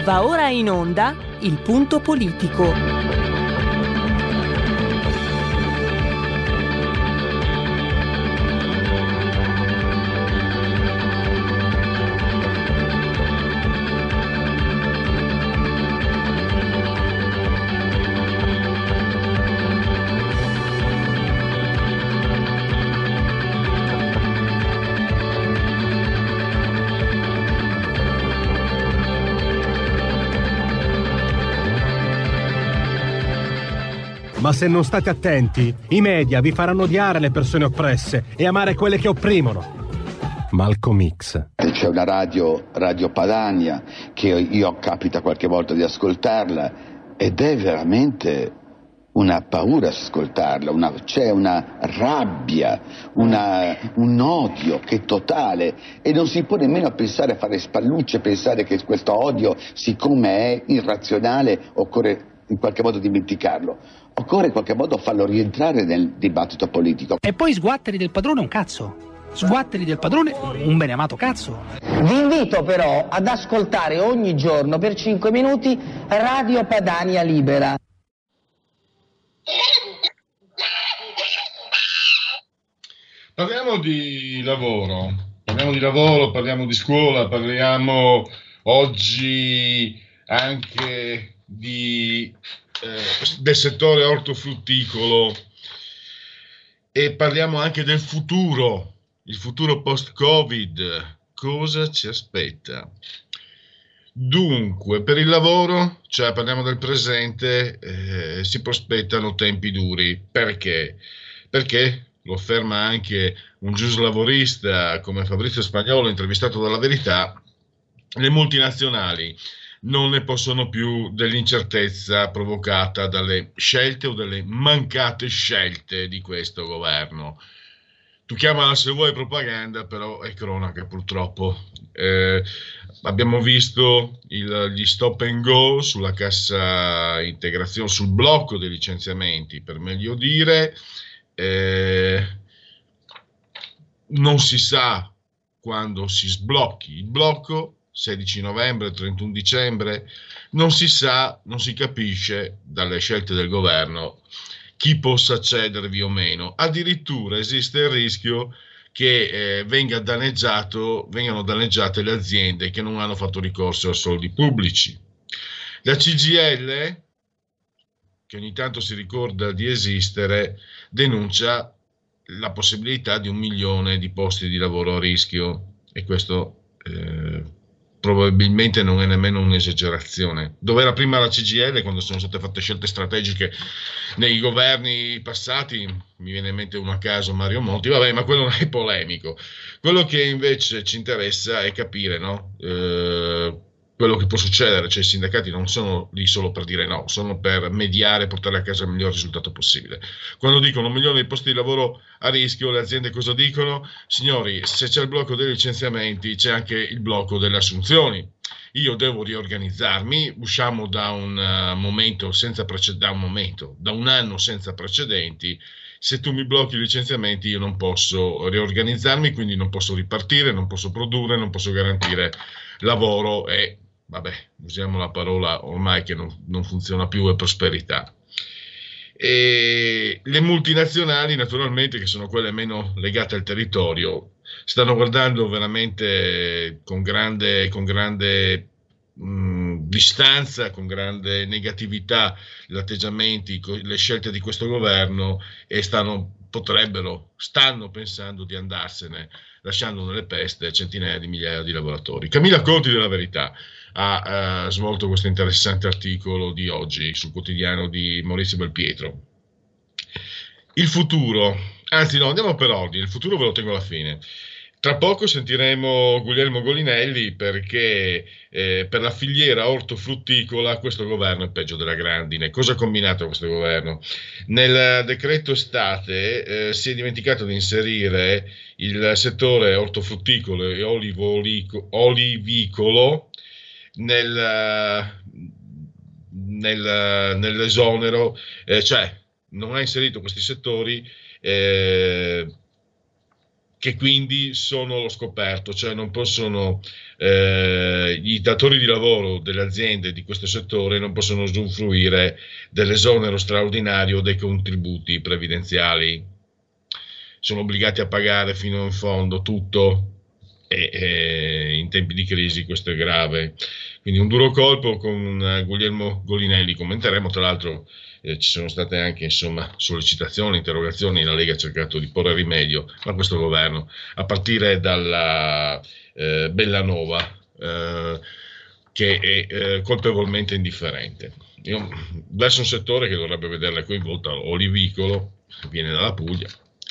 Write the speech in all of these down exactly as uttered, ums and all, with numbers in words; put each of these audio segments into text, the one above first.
Va ora in onda Il Punto Politico. Ma se non state attenti, i media vi faranno odiare le persone oppresse e amare quelle che opprimono. Malcolm X. C'è una radio, Radio Padania, che io capita qualche volta di ascoltarla ed è veramente una paura ascoltarla, una, c'è una rabbia, una, un odio che è totale e non si può nemmeno pensare a fare spallucce, pensare che questo odio, siccome è irrazionale, occorre in qualche modo dimenticarlo, occorre in qualche modo farlo rientrare nel dibattito politico. E poi sguatteri del padrone un cazzo, sguatteri del padrone un beneamato cazzo. Vi invito però ad ascoltare ogni giorno per cinque minuti Radio Padania Libera. Parliamo di lavoro, parliamo di lavoro, parliamo di scuola, parliamo oggi anche di, eh, del settore ortofrutticolo e parliamo anche del futuro, il futuro post-Covid, cosa ci aspetta. Dunque, per il lavoro, cioè parliamo del presente, eh, si prospettano tempi duri. Perché? Perché, lo afferma anche un giuslavorista come Fabrizio Spagnolo, intervistato dalla Verità, le multinazionali non ne possono più dell'incertezza provocata dalle scelte o dalle mancate scelte di questo governo. Tu chiamala se vuoi propaganda, però è cronaca purtroppo. Eh, abbiamo visto il, gli stop and go sulla cassa integrazione, sul blocco dei licenziamenti, per meglio dire. Eh, non si sa quando si sblocchi il blocco, sedici novembre, trentuno dicembre, non si sa, non si capisce dalle scelte del governo chi possa cedervi o meno. Addirittura esiste il rischio che eh, venga danneggiato, vengano danneggiate le aziende che non hanno fatto ricorso a soldi pubblici. La C G I L, che ogni tanto si ricorda di esistere, denuncia la possibilità di un milione di posti di lavoro a rischio, e questo eh, probabilmente non è nemmeno un'esagerazione. Dove era prima la C G I L, quando sono state fatte scelte strategiche nei governi passati, mi viene in mente uno a caso, Mario Monti, vabbè, ma quello non è polemico. Quello che invece ci interessa è capire, no? Eh, quello che può succedere, cioè i sindacati non sono lì solo per dire no, sono per mediare e portare a casa il miglior risultato possibile. Quando dicono un milione di posti di lavoro a rischio, le aziende cosa dicono? Signori, se c'è il blocco dei licenziamenti, c'è anche il blocco delle assunzioni. Io devo riorganizzarmi, usciamo da un uh, momento senza precedenti, da un momento, da un anno senza precedenti. Se tu mi blocchi i licenziamenti, io non posso riorganizzarmi, quindi non posso ripartire, non posso produrre, non posso garantire lavoro e, vabbè, usiamo la parola ormai che non, non funziona più, è prosperità. E le multinazionali, naturalmente, che sono quelle meno legate al territorio, stanno guardando veramente con grande, con grande mh, distanza, con grande negatività gli atteggiamenti, le scelte di questo governo, e stanno, potrebbero, stanno pensando di andarsene, lasciando nelle peste centinaia di migliaia di lavoratori. Camilla Conti della Verità ha uh, svolto questo interessante articolo di oggi sul quotidiano di Maurizio Belpietro. Il futuro, anzi no, andiamo per ordine, il futuro ve lo tengo alla fine. Tra poco sentiremo Guglielmo Golinelli, perché eh, per la filiera ortofrutticola questo governo è peggio della grandine. Cosa ha combinato questo governo? Nel decreto estate eh, si è dimenticato di inserire il settore ortofrutticolo e olivolico, olivicolo nel, nel, nell'esonero, eh, cioè non ha inserito questi settori eh, che quindi sono allo scoperto, cioè non possono, eh, i datori di lavoro delle aziende di questo settore non possono usufruire dell'esonero straordinario dei contributi previdenziali, sono obbligati a pagare fino in fondo tutto, e, e in tempi di crisi questo è grave. Quindi un duro colpo con Guglielmo Golinelli, commenteremo. Tra l'altro eh, ci sono state anche insomma sollecitazioni, interrogazioni, la Lega ha cercato di porre rimedio a questo governo, a partire dalla eh, Bellanova, eh, che è eh, colpevolmente indifferente. Io, verso un settore che dovrebbe vederla coinvolta, olivicolo, viene dalla Puglia.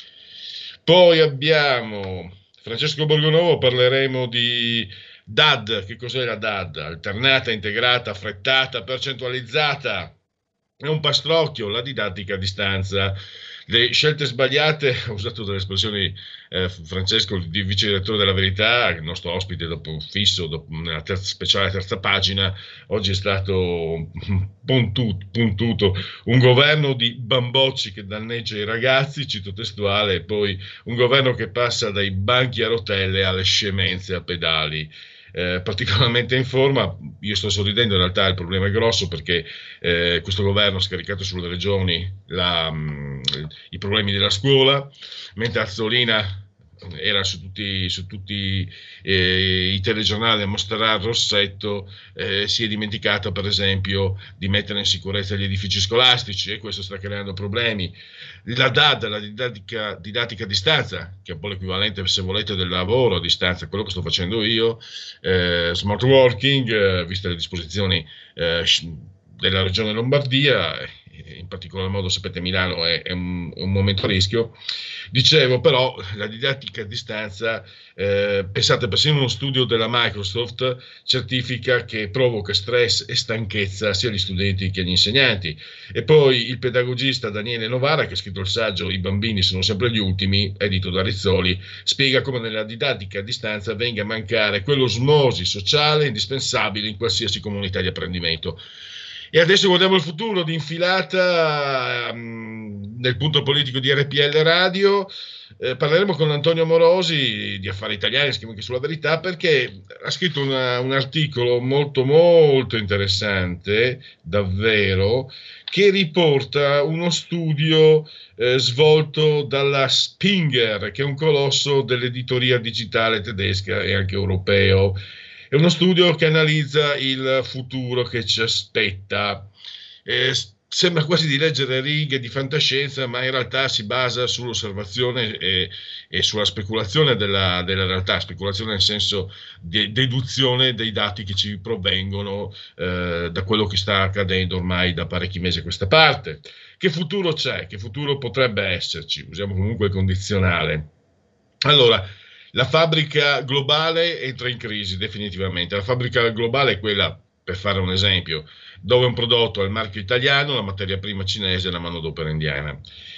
Poi abbiamo Francesco Borgonovo, parleremo di D A D. Che cos'è la D A D? Alternata, integrata, affrettata, percentualizzata. È un pastrocchio, la didattica a distanza. Le scelte sbagliate, ho usato delle espressioni eh, Francesco, di vice direttore della Verità, il nostro ospite dopo un fisso, dopo, nella terza, speciale terza pagina, oggi è stato puntuto, puntuto, un governo di bambocci che danneggia i ragazzi, cito testuale, e poi un governo che passa dai banchi a rotelle alle scemenze a pedali. Eh, particolarmente in forma. Io sto sorridendo, in realtà il problema è grosso, perché eh, questo governo ha scaricato sulle regioni la, mh, i problemi della scuola, mentre Azzolina era su tutti, su tutti eh, i telegiornali a mostrare il rossetto, eh, si è dimenticata per esempio di mettere in sicurezza gli edifici scolastici, e questo sta creando problemi. La D A D, la didattica, didattica a distanza, che è un po' l'equivalente, se volete, del lavoro a distanza, quello che sto facendo io, eh, smart working, eh, viste le disposizioni eh, della regione Lombardia, in particolar modo sapete Milano è, è un, un momento a rischio. Dicevo però, la didattica a distanza, eh, pensate, persino uno studio della Microsoft certifica che provoca stress e stanchezza sia agli studenti che agli insegnanti. E poi il pedagogista Daniele Novara, che ha scritto il saggio I bambini sono sempre gli ultimi, edito da Rizzoli, spiega come nella didattica a distanza venga a mancare quell'osmosi sociale indispensabile in qualsiasi comunità di apprendimento. E adesso guardiamo il futuro di infilata um, nel punto politico di R P L Radio. Eh, parleremo con Antonio Morosi di Affari Italiani, scrive anche sulla Verità, perché ha scritto una, un articolo molto molto interessante, davvero, che riporta uno studio eh, svolto dalla Springer, che è un colosso dell'editoria digitale tedesca e anche europeo. È uno studio che analizza il futuro che ci aspetta. Eh, sembra quasi di leggere righe di fantascienza, ma in realtà si basa sull'osservazione e, e sulla speculazione della, della realtà, speculazione nel senso di deduzione dei dati che ci provengono eh, da quello che sta accadendo ormai da parecchi mesi a questa parte. Che futuro c'è? Che futuro potrebbe esserci? Usiamo comunque il condizionale. Allora, la fabbrica globale entra in crisi definitivamente. La fabbrica globale è quella, per fare un esempio, dove un prodotto ha il marchio italiano, la materia prima cinese e la manodopera indiana.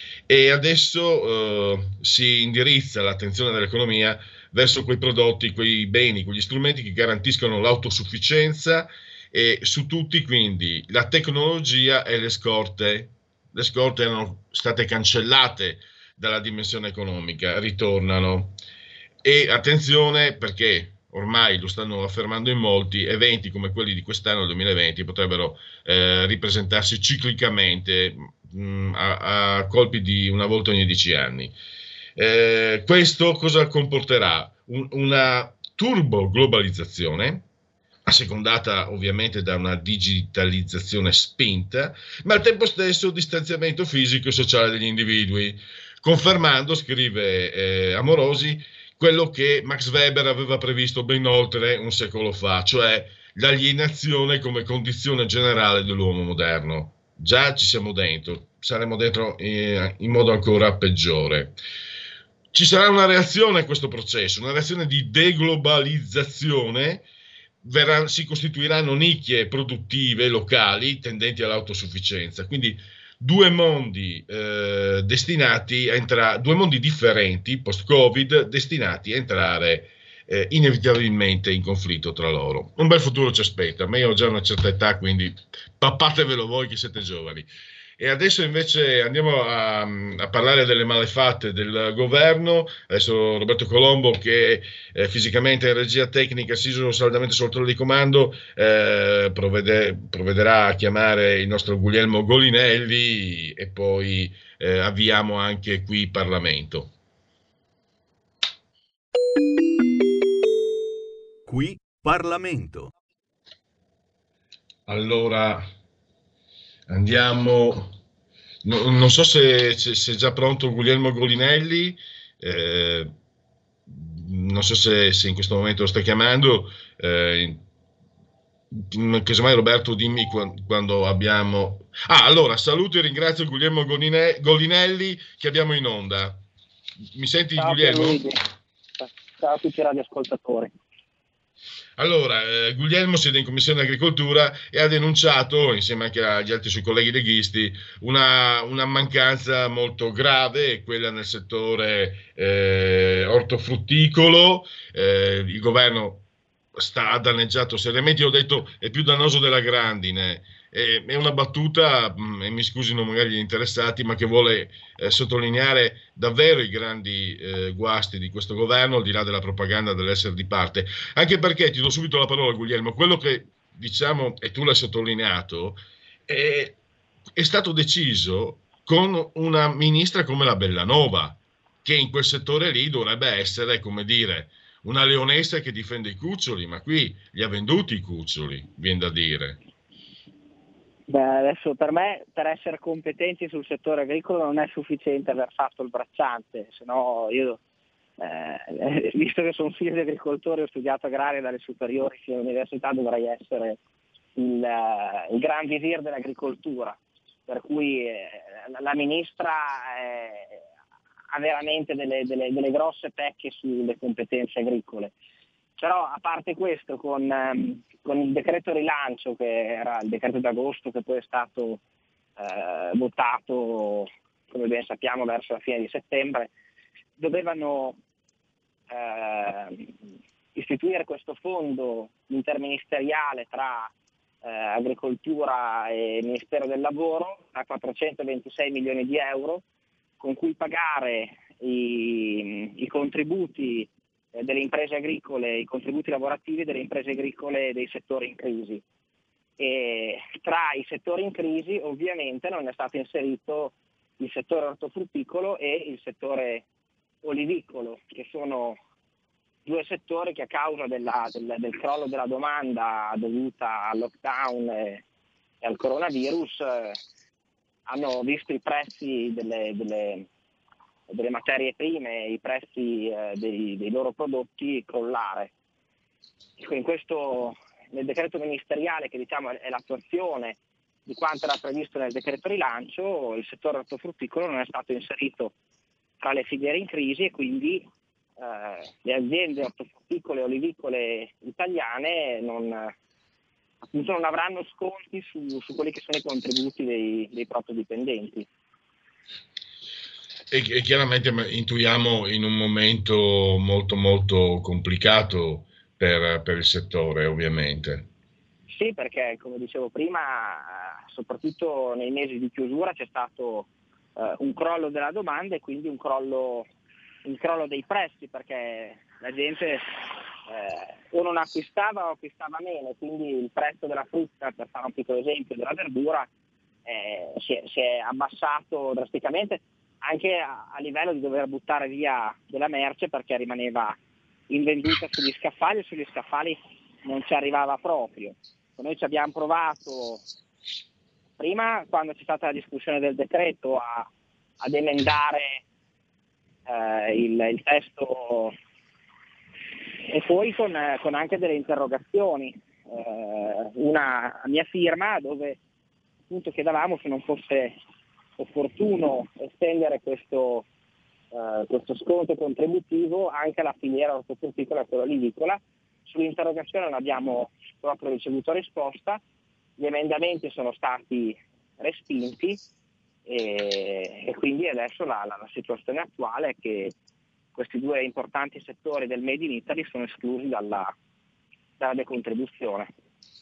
E adesso eh, si indirizza l'attenzione dell'economia verso quei prodotti, quei beni, quegli strumenti che garantiscono l'autosufficienza, e su tutti quindi la tecnologia e le scorte. Le scorte erano state cancellate dalla dimensione economica, ritornano. E attenzione, perché ormai lo stanno affermando in molti, eventi come quelli di quest'anno duemilaventi potrebbero eh, ripresentarsi ciclicamente mh, a, a colpi di una volta ogni dieci anni. Eh, questo cosa comporterà? Un, una turbo globalizzazione, assecondata ovviamente da una digitalizzazione spinta, ma al tempo stesso distanziamento fisico e sociale degli individui, confermando, scrive eh, Amorosi, quello che Max Weber aveva previsto ben oltre un secolo fa, cioè l'alienazione come condizione generale dell'uomo moderno. Già ci siamo dentro, saremo dentro in, in modo ancora peggiore. Ci sarà una reazione a questo processo, una reazione di deglobalizzazione. Verrà, si costituiranno nicchie produttive locali tendenti all'autosufficienza, quindi due mondi eh, destinati a entrare, due mondi differenti post-Covid destinati a entrare eh, inevitabilmente in conflitto tra loro. Un bel futuro ci aspetta, ma io ho già una certa età, quindi pappatevelo voi che siete giovani. E adesso invece andiamo a, a parlare delle malefatte del governo. Adesso Roberto Colombo, che eh, fisicamente in regia tecnica, Sisulu saldamente sul trono di comando, eh, provvede, provvederà a chiamare il nostro Guglielmo Golinelli e poi eh, avviamo anche qui Parlamento. Qui Parlamento. Allora andiamo, no, non so se, se, se è già pronto Guglielmo Golinelli, eh, non so se, se in questo momento lo sta chiamando, eh, casomai Roberto dimmi quando, quando abbiamo... Ah, allora saluto e ringrazio Guglielmo Goline, Golinelli che abbiamo in onda. Mi senti, Ciao, Guglielmo? Pierluigi. Ciao a tutti i radioascoltatori. Allora, eh, Guglielmo siede in Commissione Agricoltura e ha denunciato, insieme anche agli altri suoi colleghi leghisti, una, una mancanza molto grave, quella nel settore eh, ortofrutticolo. Eh, il governo sta, ha danneggiato seriamente, io ho detto è più dannoso della grandine. Eh, è una battuta, mh, e mi scusino magari gli interessati, ma che vuole eh, sottolineare davvero i grandi eh, guasti di questo governo, al di là della propaganda dell'essere di parte. Anche perché, ti do subito la parola, Guglielmo, quello che diciamo, e tu l'hai sottolineato, è, è stato deciso con una ministra come la Bellanova, che in quel settore lì dovrebbe essere, come dire, una leonessa che difende i cuccioli, ma qui li ha venduti i cuccioli, viene da dire. Beh, adesso per me, per essere competenti sul settore agricolo non è sufficiente aver fatto il bracciante, se no io, eh, visto che sono figlio di agricoltori, ho studiato agraria dalle superiori fino all'università, dovrei essere il, uh, il gran visir dell'agricoltura, per cui eh, la ministra eh, ha veramente delle, delle, delle grosse pecche sulle competenze agricole. Però a parte questo, con, um, con il decreto rilancio, che era il decreto d'agosto, che poi è stato eh, votato, come ben sappiamo, verso la fine di settembre, dovevano eh, istituire questo fondo interministeriale tra eh, agricoltura e Ministero del Lavoro a quattrocentoventisei milioni di euro, con cui pagare i, i contributi delle imprese agricole, i contributi lavorativi delle imprese agricole dei settori in crisi. E tra i settori in crisi ovviamente non è stato inserito il settore ortofrutticolo e il settore olivicolo, che sono due settori che a causa della, del, del crollo della domanda dovuta al lockdown e, e al coronavirus eh, hanno visto i prezzi delle, delle delle materie prime, i prezzi eh, dei, dei loro prodotti crollare. In questo, nel decreto ministeriale, che diciamo è l'attuazione di quanto era previsto nel decreto rilancio, il settore ortofrutticolo non è stato inserito tra le filiere in crisi e quindi eh, le aziende ortofrutticole e olivicole italiane non, appunto non avranno sconti su, su quelli che sono i contributi dei, dei propri dipendenti. E, e chiaramente intuiamo in un momento molto molto complicato per, per il settore, ovviamente. Sì, perché come dicevo prima, soprattutto nei mesi di chiusura c'è stato uh, un crollo della domanda e quindi un crollo, un crollo dei prezzi, perché la gente eh, o non acquistava o acquistava meno, quindi il prezzo della frutta, per fare un piccolo esempio, della verdura eh, si, è, si è abbassato drasticamente, anche a, a livello di dover buttare via della merce perché rimaneva invenduta sugli scaffali e sugli scaffali non ci arrivava proprio. Noi ci abbiamo provato prima, quando c'è stata la discussione del decreto, a, ad emendare eh, il, il testo e poi con, con anche delle interrogazioni, eh, una a mia firma dove appunto chiedevamo se non fosse opportuno estendere questo, eh, questo sconto contributivo anche alla filiera ortofrutticola e quella olivicola. Sull'interrogazione non abbiamo proprio ricevuto risposta, gli emendamenti sono stati respinti e, e quindi adesso la, la, la situazione attuale è che questi due importanti settori del Made in Italy sono esclusi dalla, dalla decontribuzione.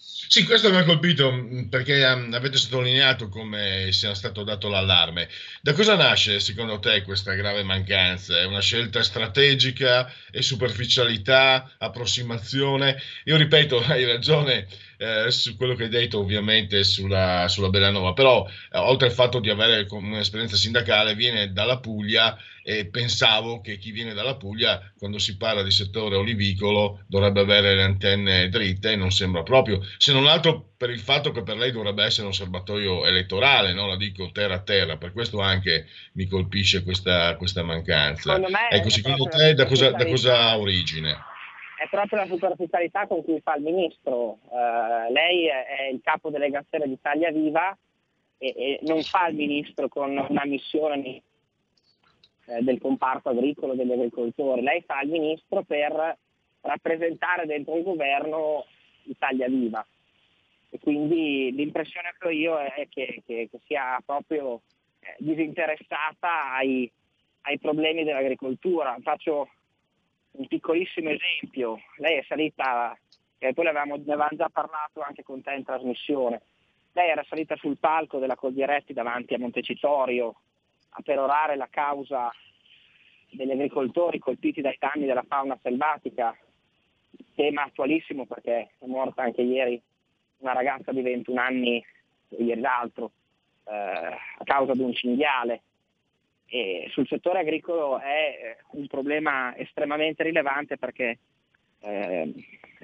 Sì, questo mi ha colpito mh, perché um, avete sottolineato come sia stato dato l'allarme. Da cosa nasce secondo te questa grave mancanza? È una scelta strategica, è superficialità, approssimazione? Io ripeto, hai ragione eh, su quello che hai detto ovviamente sulla, sulla Bellanova, però eh, oltre al fatto di avere com- un'esperienza sindacale, viene dalla Puglia e pensavo che chi viene dalla Puglia, quando si parla di settore olivicolo, dovrebbe avere le antenne dritte e non sembra proprio, se non altro per il fatto che per lei dovrebbe essere un serbatoio elettorale, no? La dico terra a terra, per questo anche mi colpisce questa, questa mancanza. Secondo me Ecco, è secondo proprio la te da cosa, da cosa superficialità, ha origine? è proprio la superficialità con cui fa il ministro. Eh, lei è, è il capo delegazione di Italia Viva e, e non fa il ministro con una missione eh, del comparto agricolo, degli agricoltori. Lei fa il ministro per rappresentare dentro il governo Italia Viva. E quindi l'impressione che ho io è che, che, che sia proprio eh, disinteressata ai, ai problemi dell'agricoltura. Faccio un piccolissimo esempio: lei è salita, e poi ne avevamo, ne avevamo già parlato anche con te in trasmissione, lei era salita sul palco della Coldiretti davanti a Montecitorio a perorare la causa degli agricoltori colpiti dai danni della fauna selvatica, tema attualissimo perché è morta anche ieri una ragazza di ventuno anni, ieri l'altro, eh, a causa di un cinghiale. E sul settore agricolo è un problema estremamente rilevante perché eh,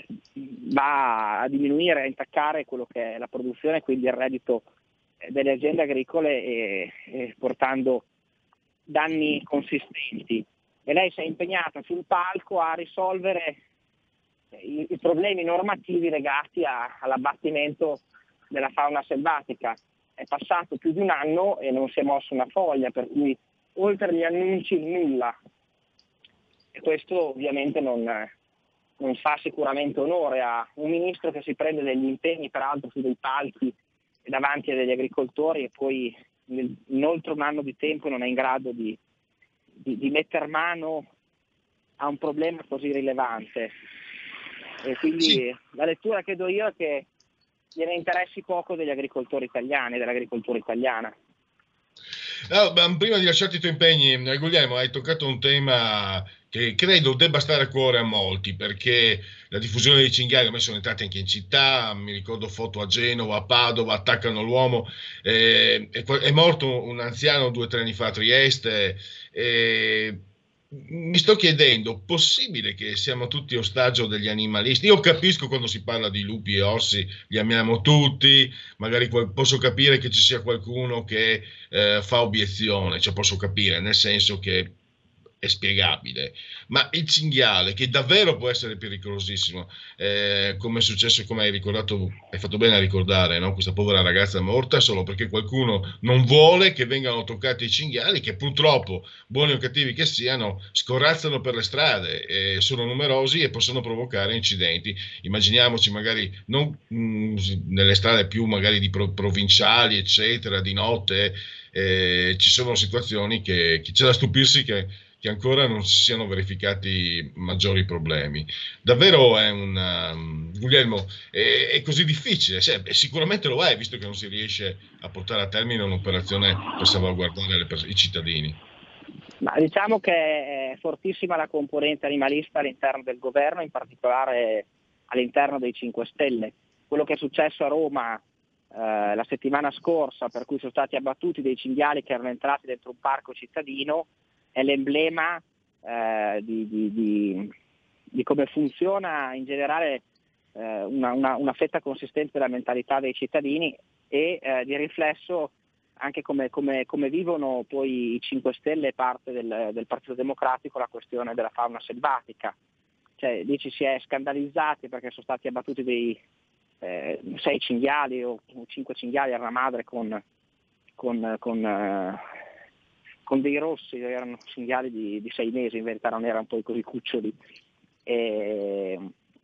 va a diminuire, a intaccare quello che è la produzione, quindi il reddito delle aziende agricole e, e portando danni consistenti. E lei si è impegnata sul palco a risolvere i, i problemi normativi legati a, all'abbattimento della fauna selvatica. È passato più di un anno e non si è mosso una foglia, per cui oltre agli annunci nulla. E questo ovviamente non, non fa sicuramente onore a un ministro che si prende degli impegni, peraltro su dei palchi e davanti a degli agricoltori, e poi in oltre un anno di tempo non è in grado di, di, di metter mano a un problema così rilevante. E quindi Sì. la lettura che do io è che gliene interessi poco degli agricoltori italiani, dell'agricoltura italiana. Ah, ma prima di lasciarti i tuoi impegni, eh, Guglielmo, hai toccato un tema che credo debba stare a cuore a molti, perché la diffusione dei cinghiali, ormai sono entrati anche in città, mi ricordo foto a Genova, a Padova, attaccano l'uomo, eh, è, è morto un anziano due o tre anni fa a Trieste, eh, mi sto chiedendo, possibile che siamo tutti ostaggio degli animalisti? Io capisco quando si parla di lupi e orsi, li amiamo tutti, magari qual- posso capire che ci sia qualcuno che eh, fa obiezione, cioè posso capire, nel senso che è spiegabile, ma il cinghiale, che davvero può essere pericolosissimo, eh, come è successo, come hai ricordato, hai fatto bene a ricordare, no? Questa povera ragazza morta solo perché qualcuno non vuole che vengano toccati i cinghiali, che purtroppo, buoni o cattivi che siano, scorazzano per le strade, eh, sono numerosi e possono provocare incidenti. Immaginiamoci magari non mh, nelle strade più magari di pro- provinciali, eccetera, di notte, eh, ci sono situazioni che, che c'è da stupirsi che, che ancora non si siano verificati maggiori problemi. Davvero è un um, Guglielmo, è, è così difficile, cioè, e sicuramente lo è, visto che non si riesce a portare a termine un'operazione per salvaguardare le pers- i cittadini. Ma diciamo che è fortissima la componente animalista all'interno del governo, in particolare all'interno dei cinque Stelle. Quello che è successo a Roma eh, la settimana scorsa, per cui sono stati abbattuti dei cinghiali che erano entrati dentro un parco cittadino, è l'emblema eh, di, di, di, di come funziona in generale eh, una, una, una fetta consistente della mentalità dei cittadini e eh, di riflesso anche come, come, come vivono poi i cinque Stelle e parte del, del Partito Democratico la questione della fauna selvatica. Cioè, lì ci si è scandalizzati perché sono stati abbattuti dei eh, sei cinghiali o cinque cinghiali alla madre con, con, con, eh, con dei rossi, erano cinghiali di, di sei mesi, in verità non erano poi così cuccioli. E,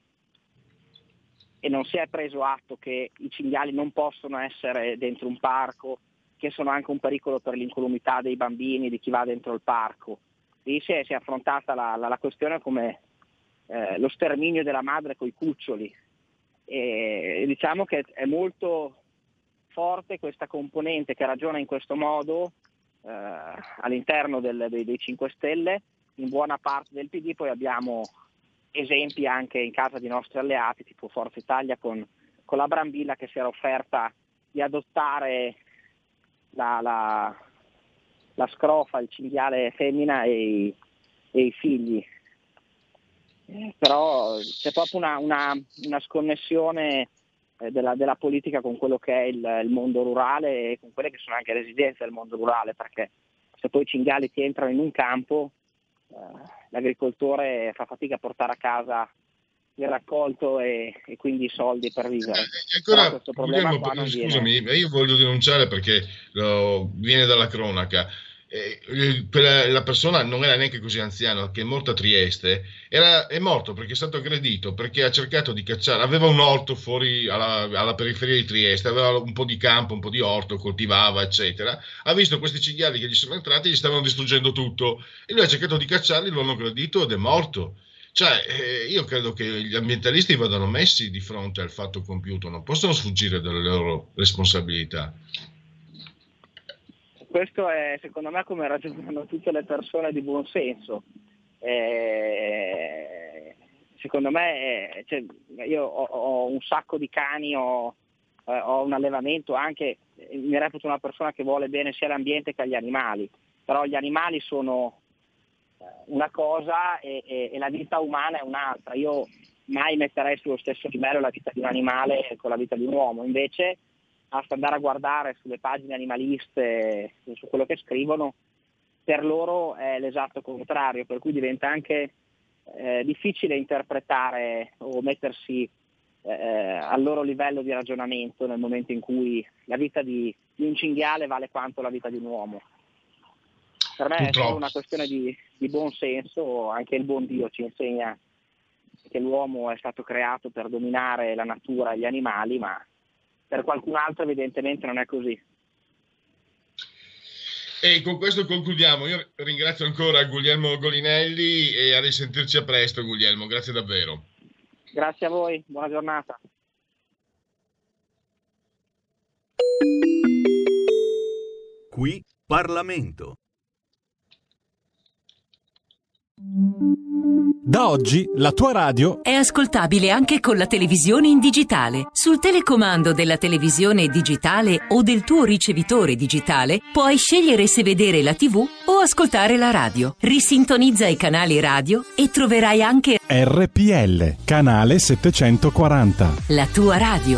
e non si è preso atto che i cinghiali non possono essere dentro un parco, che sono anche un pericolo per l'incolumità dei bambini, di chi va dentro il parco. Lì si è, si è affrontata la, la, la questione come eh, lo sterminio della madre coi cuccioli, e diciamo che è molto forte questa componente che ragiona in questo modo eh, all'interno del, dei, dei cinque Stelle, in buona parte del P D. Poi abbiamo esempi anche in casa di nostri alleati, tipo Forza Italia con, con la Brambilla, che si era offerta di adottare la, la, la scrofa, il cinghiale femmina e i, e i figli. Eh, però c'è proprio una, una, una sconnessione eh, della, della politica con quello che è il, il mondo rurale e con quelle che sono anche le esigenze del mondo rurale, perché se poi i cinghiali ti entrano in un campo, eh, l'agricoltore fa fatica a portare a casa il raccolto e, e quindi i soldi per vivere. Eh, ancora, questo problema Guglielmo, qua non scusami, viene... io voglio denunciare perché lo, viene dalla cronaca. Eh, quella, la persona non era neanche così anziana, che è morta a Trieste, era, è morto perché è stato aggredito, perché ha cercato di cacciare, aveva un orto fuori alla, alla periferia di Trieste, aveva un po' di campo, un po' di orto, coltivava eccetera, ha visto questi cinghiali che gli sono entrati e gli stavano distruggendo tutto e lui ha cercato di cacciarli, lo hanno aggredito ed è morto. Cioè eh, io credo che gli ambientalisti vadano messi di fronte al fatto compiuto, non possono sfuggire dalle loro responsabilità. Questo è secondo me come ragionano tutte le persone di buon senso. Eh, secondo me eh, cioè, io ho, ho un sacco di cani, ho, eh, ho un allevamento anche, mi reputo una persona che vuole bene sia all'ambiente che agli animali, però gli animali sono una cosa e, e, e la vita umana è un'altra. Io mai metterei sullo stesso livello la vita di un animale con la vita di un uomo, invece basta andare a guardare sulle pagine animaliste, su quello che scrivono, per loro è l'esatto contrario, per cui diventa anche eh, difficile interpretare o mettersi eh, al loro livello di ragionamento nel momento in cui la vita di, di un cinghiale vale quanto la vita di un uomo. Per me Purtroppo. È solo una questione di, di buon senso, anche il buon Dio ci insegna che l'uomo è stato creato per dominare la natura e gli animali, ma per qualcun altro evidentemente non è così. E con questo concludiamo. Io ringrazio ancora Guglielmo Golinelli e a risentirci a presto, Guglielmo, grazie davvero. Grazie a voi, buona giornata. Qui Parlamento. Da oggi la tua radio è ascoltabile anche con la televisione in digitale. Sul telecomando della televisione digitale o del tuo ricevitore digitale puoi scegliere se vedere la tivù o ascoltare la radio. Risintonizza i canali radio e troverai anche R P L, canale settecentoquaranta. La tua radio.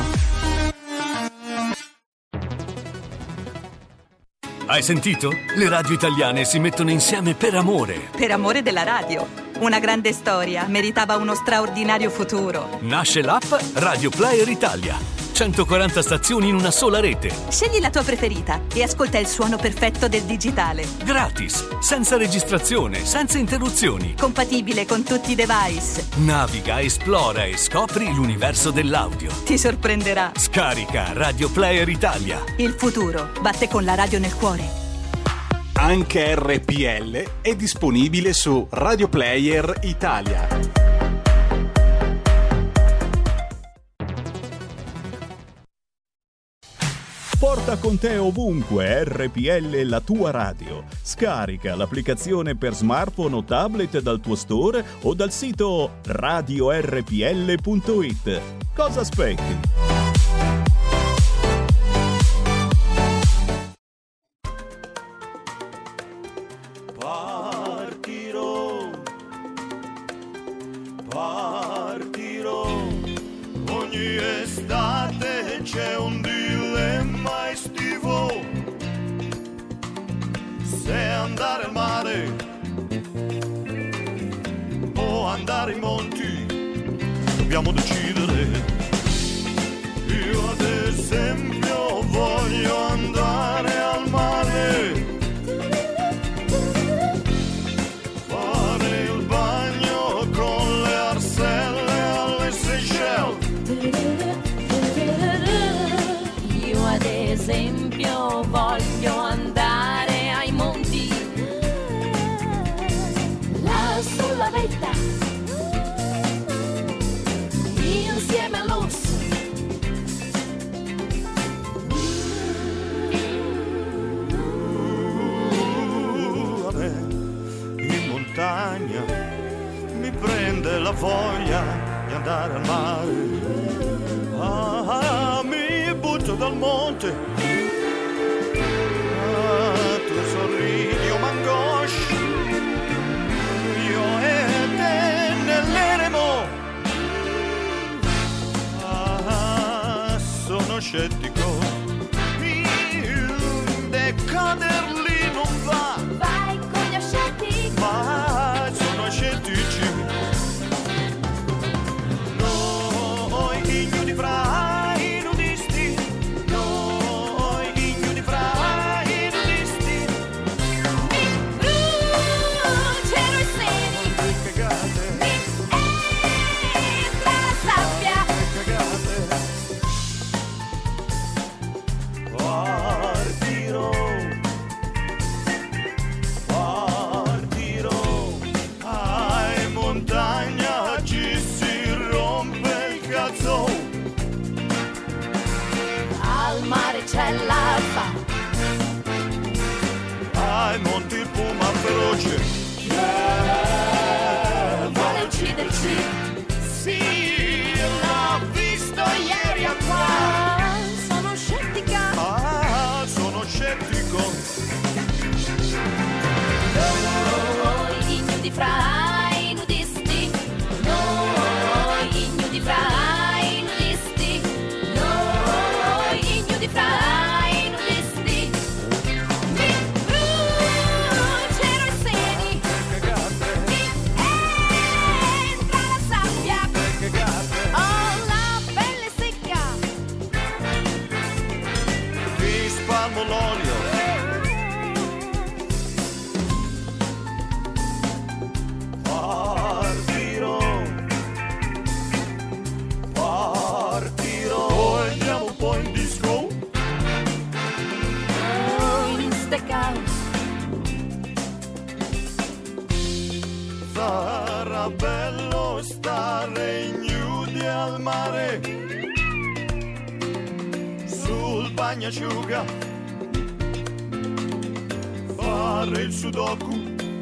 Hai sentito? Le radio italiane si mettono insieme per amore. Per amore della radio. Una grande storia meritava uno straordinario futuro. Nasce l'app Radio Player Italia. centoquaranta stazioni in una sola rete. Scegli la tua preferita e ascolta il suono perfetto del digitale. Gratis, senza registrazione, senza interruzioni. Compatibile con tutti i device. Naviga, esplora e scopri l'universo dell'audio. Ti sorprenderà. Scarica Radio Player Italia. Il futuro batte con la radio nel cuore. Anche R P L è disponibile su Radio Player Italia. Porta con te ovunque R P L, la tua radio. Scarica l'applicazione per smartphone o tablet dal tuo store o dal sito radio r p l punto i t. Cosa aspetti? Partirò, partirò, ogni estate c'è un dilemma estivo, se andare al mare o andare ai monti, dobbiamo decidere. Io ad esempio voglio andare al mare, esempio voglio andare ai monti, là sulla vetta, insieme all'orso voglia di andare al mare. Ah, mi butto dal monte. Ah, tu sorridi, io m'angoscio. Io e te nell'eremo. Ah, sono scettico. Il decader lì non va. Vai con gli ascetti. Ma sono scettici. Noi ignudi fra i nudisti. Noi ignudi fra i nudisti. Mi bruciano i seni. Che cagate. Mi entra la sabbia. Che cagate. Partirò. Partirò. Ai montagna ci si rompe il cazzo. Al mare c'è l'alfa. Ai monti il puma feroce. Vuole ucciderci. Sì, l'ho visto ieri a qua. Sono scettica. Ah, sono scettico. Noi ignudi fra i nudisti. Noi ignudi fra i nudisti. Noi ignudi fra i nudisti. Mi bruciano i seni. Che cagate. Mi entra la sabbia. Che cagate. Ho la pelle secca. Ti spalmo l'olio. Partirò. Partirò. Poi andiamo un po' in disco. In steakhouse. Sarà bello stare ignudi al mare. Sul bagnasciuga. Fare il sudoku.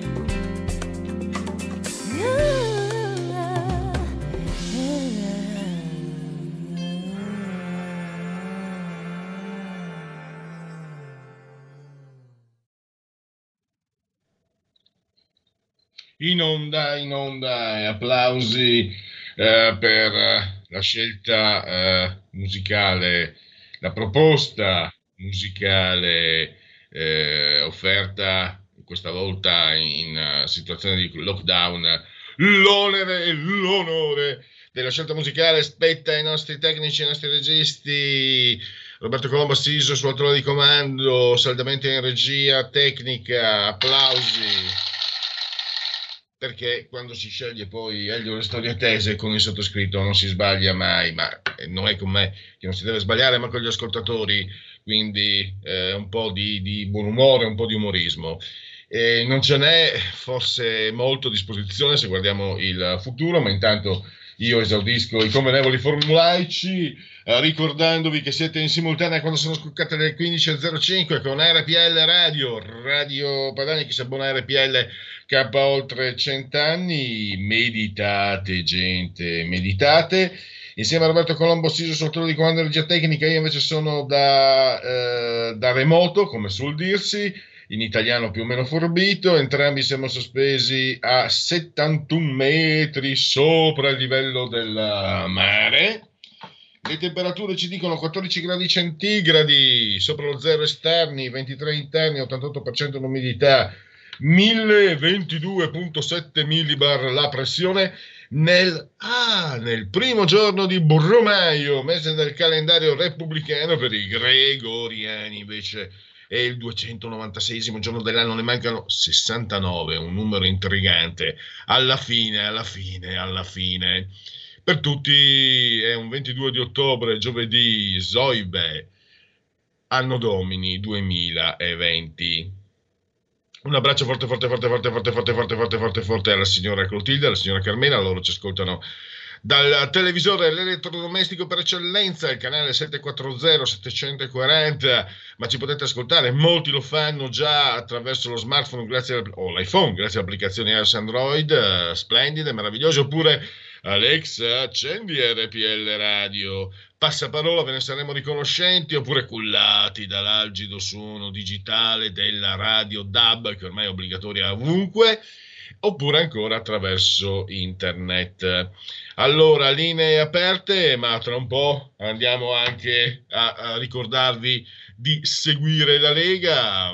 In onda, in onda, e applausi eh, per eh, la scelta eh, musicale, la proposta musicale eh, offerta questa volta in uh, situazione di lockdown. L'onere e l'onore della scelta musicale spetta ai nostri tecnici, ai nostri registi. Roberto Colombo assiso sul trono di comando, saldamente in regia tecnica, applausi. Perché quando si sceglie poi Elio le storie tese con il sottoscritto non si sbaglia mai, ma non è con me che non si deve sbagliare, ma con gli ascoltatori, quindi eh, un po' di, di buon umore, un po' di umorismo. Eh, non ce n'è forse molto a disposizione se guardiamo il futuro, ma intanto io esaudisco i convenevoli formulaici, eh, ricordandovi che siete in simultanea quando sono scoccate le quindici e zero cinque con R P L Radio, Radio Padania. Chi si abbona a R P L K oltre cent'anni, meditate gente, meditate. Insieme a Roberto Colombo Siso sul trono di comando regia tecnica, io invece sono da, eh, da remoto, come suol dirsi, in italiano più o meno forbito. Entrambi siamo sospesi a settantuno metri sopra il livello del mare. Le temperature ci dicono quattordici gradi centigradi sopra lo zero esterni, ventitré interni, ottantotto per cento l'umidità, mille ventidue virgola sette millibar la pressione. Nel, ah, nel primo giorno di Brumaio, mese del calendario repubblicano, per i gregoriani invece è il duecentonovantaseiesimo giorno dell'anno, ne mancano sessantanove, un numero intrigante. Alla fine, alla fine, alla fine. Per tutti è un ventidue di ottobre, giovedì, Zoibe, anno domini duemilaventi. Un abbraccio forte, forte, forte, forte, forte, forte, forte, forte, forte, forte alla signora Clotilde, alla signora Carmela, loro ci ascoltano dal televisore l'elettrodomestico per eccellenza, il canale settecentoquaranta settecentoquaranta, ma ci potete ascoltare, molti lo fanno già attraverso lo smartphone grazie al, o l'iPhone grazie alle applicazioni iOS Android, uh, splendide, meravigliose, oppure Alexa accendi R P L Radio, passaparola, ve ne saremo riconoscenti, oppure cullati dall'algido suono digitale della radio D A B che ormai è obbligatoria ovunque, oppure ancora attraverso internet. Allora, linee aperte, ma tra un po' andiamo anche a, a ricordarvi di seguire la Lega.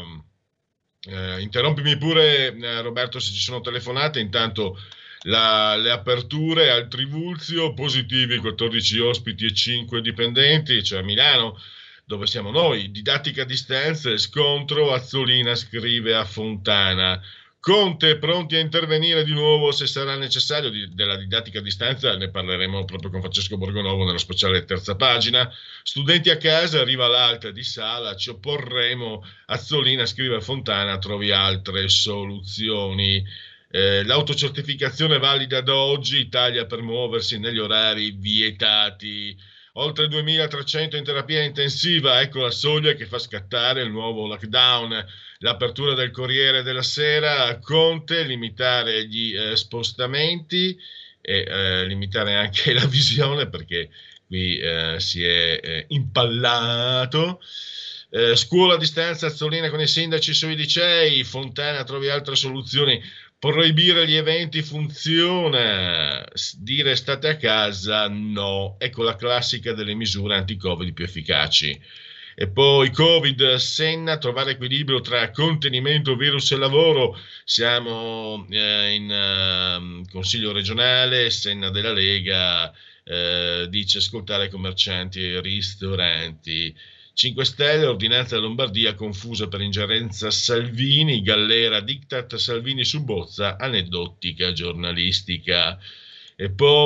Eh, interrompimi pure, eh, Roberto, se ci sono telefonate. Intanto la, le aperture al Trivulzio, positivi quattordici ospiti e cinque dipendenti, cioè a Milano, dove siamo noi. Didattica a distanza e scontro, Azzolina scrive a Fontana. Conte pronti a intervenire di nuovo se sarà necessario. Di, della didattica a distanza ne parleremo proprio con Francesco Borgonovo nello speciale terza pagina. Studenti a casa, arriva l'alta di Sala, ci opporremo. Azzolina scrive a Fontana, trovi altre soluzioni. Eh, l'autocertificazione valida da oggi, Italia per muoversi negli orari vietati. Oltre duemilatrecento in terapia intensiva, ecco la soglia che fa scattare il nuovo lockdown. L'apertura del Corriere della Sera, Conte, limitare gli eh, spostamenti e eh, limitare anche la visione, perché qui eh, si è eh, impallato. Eh, scuola a distanza, Azzolina con i sindaci sui licei, Fontana trovi altre soluzioni. Proibire gli eventi funziona, dire state a casa no, ecco la classica delle misure anti-Covid più efficaci. E poi Covid, Senna, trovare equilibrio tra contenimento, virus e lavoro. Siamo eh, in uh, Consiglio regionale, Senna della Lega eh, dice ascoltare commercianti e ristoranti. cinque Stelle, ordinanza della Lombardia confusa per ingerenza Salvini, Gallera, diktat Salvini su Bozza, aneddotica giornalistica. E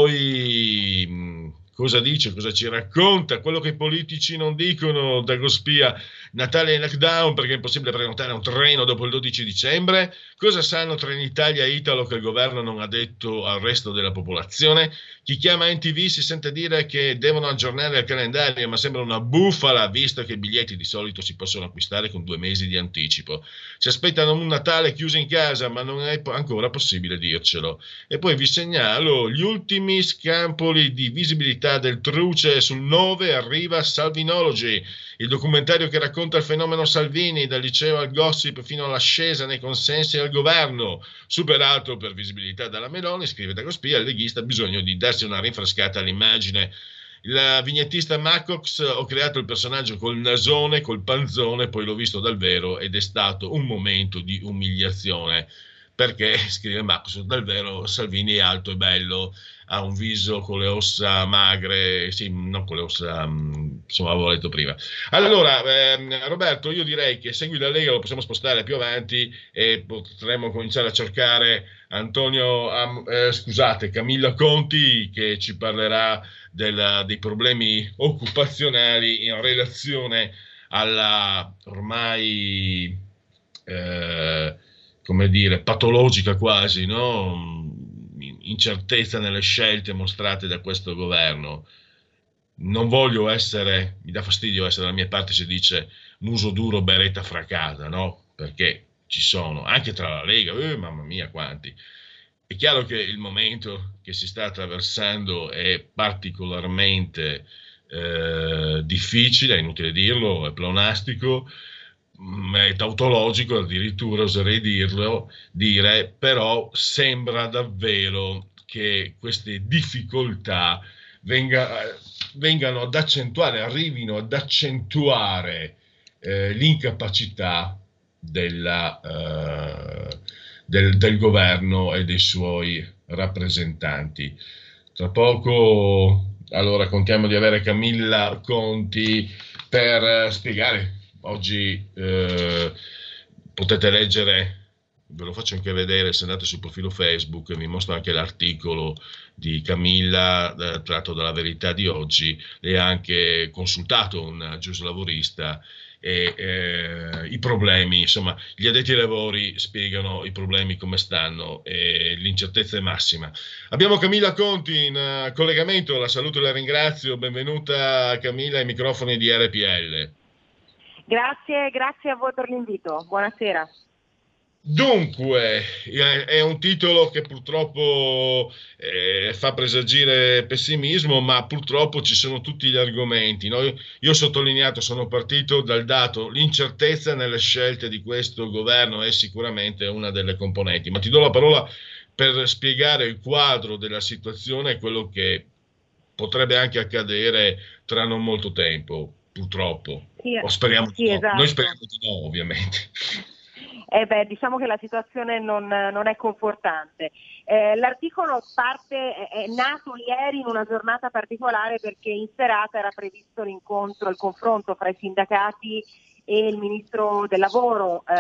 poi mh, cosa dice, cosa ci racconta, quello che i politici non dicono, Dagospia, Natale in lockdown perché è impossibile prenotare un treno dopo il dodici dicembre, cosa sanno Trenitalia e Italo che il governo non ha detto al resto della popolazione? Chi chiama N T V si sente dire che devono aggiornare il calendario, ma sembra una bufala, visto che i biglietti di solito si possono acquistare con due mesi di anticipo. Si aspettano un Natale chiuso in casa, ma non è ancora possibile dircelo. E poi vi segnalo gli ultimi scampoli di visibilità del Truce. Sul nove arriva Salvinology, il documentario che racconta il fenomeno Salvini, dal liceo al gossip fino all'ascesa nei consensi al governo. Superato per visibilità dalla Meloni, scrive Dagospia, il leghista ha bisogno di darsi una rinfrescata all'immagine. Il vignettista Macox, ho creato il personaggio col nasone, col panzone, poi l'ho visto dal vero ed è stato un momento di umiliazione. Perché, scrive Macox, dal vero Salvini è alto e bello, ha un viso con le ossa magre, sì, non con le ossa, insomma, avevo letto prima. Allora, eh, Roberto, io direi che segui la Lega, lo possiamo spostare più avanti e potremmo cominciare a cercare Antonio, eh, scusate, Camilla Conti, che ci parlerà del, dei problemi occupazionali in relazione alla ormai, eh, come dire, patologica quasi, no? Incertezza nelle scelte mostrate da questo governo. Non voglio essere, mi dà fastidio essere dalla mia parte, si dice muso duro, beretta fracata, no? Perché ci sono, anche tra la Lega, eh, mamma mia quanti. È chiaro che il momento che si sta attraversando è particolarmente eh, difficile, è inutile dirlo, è pleonastico, è tautologico addirittura, oserei dirlo, dire, però sembra davvero che queste difficoltà venga, vengano ad accentuare, arrivino ad accentuare eh, l'incapacità della, eh, del, del governo e dei suoi rappresentanti. Tra poco, allora, contiamo di avere Camilla Conti per spiegare. Oggi eh, potete leggere ve lo faccio anche vedere, se andate sul profilo Facebook vi mostro anche l'articolo di Camilla eh, tratto dalla Verità di oggi. Lei ha anche consultato un giuslavorista e eh, i problemi, insomma, gli addetti ai lavori spiegano i problemi come stanno e l'incertezza è massima. Abbiamo Camilla Conti in uh, collegamento, la saluto e la ringrazio. Benvenuta Camilla ai microfoni di R P L. Grazie, grazie a voi per l'invito. Buonasera. Dunque, è un titolo che purtroppo eh, fa presagire pessimismo, ma purtroppo ci sono tutti gli argomenti. No? Io, io ho sottolineato, sono partito dal dato, l'incertezza nelle scelte di questo governo è sicuramente una delle componenti, ma ti do la parola per spiegare il quadro della situazione e quello che potrebbe anche accadere tra non molto tempo, purtroppo. Sì, o speriamo sì, di no. Esatto. Noi speriamo di no, ovviamente. Eh beh, diciamo che la situazione non, non è confortante. Eh, l'articolo parte, è nato ieri in una giornata particolare perché in serata era previsto l'incontro, il confronto fra i sindacati e il ministro del lavoro eh,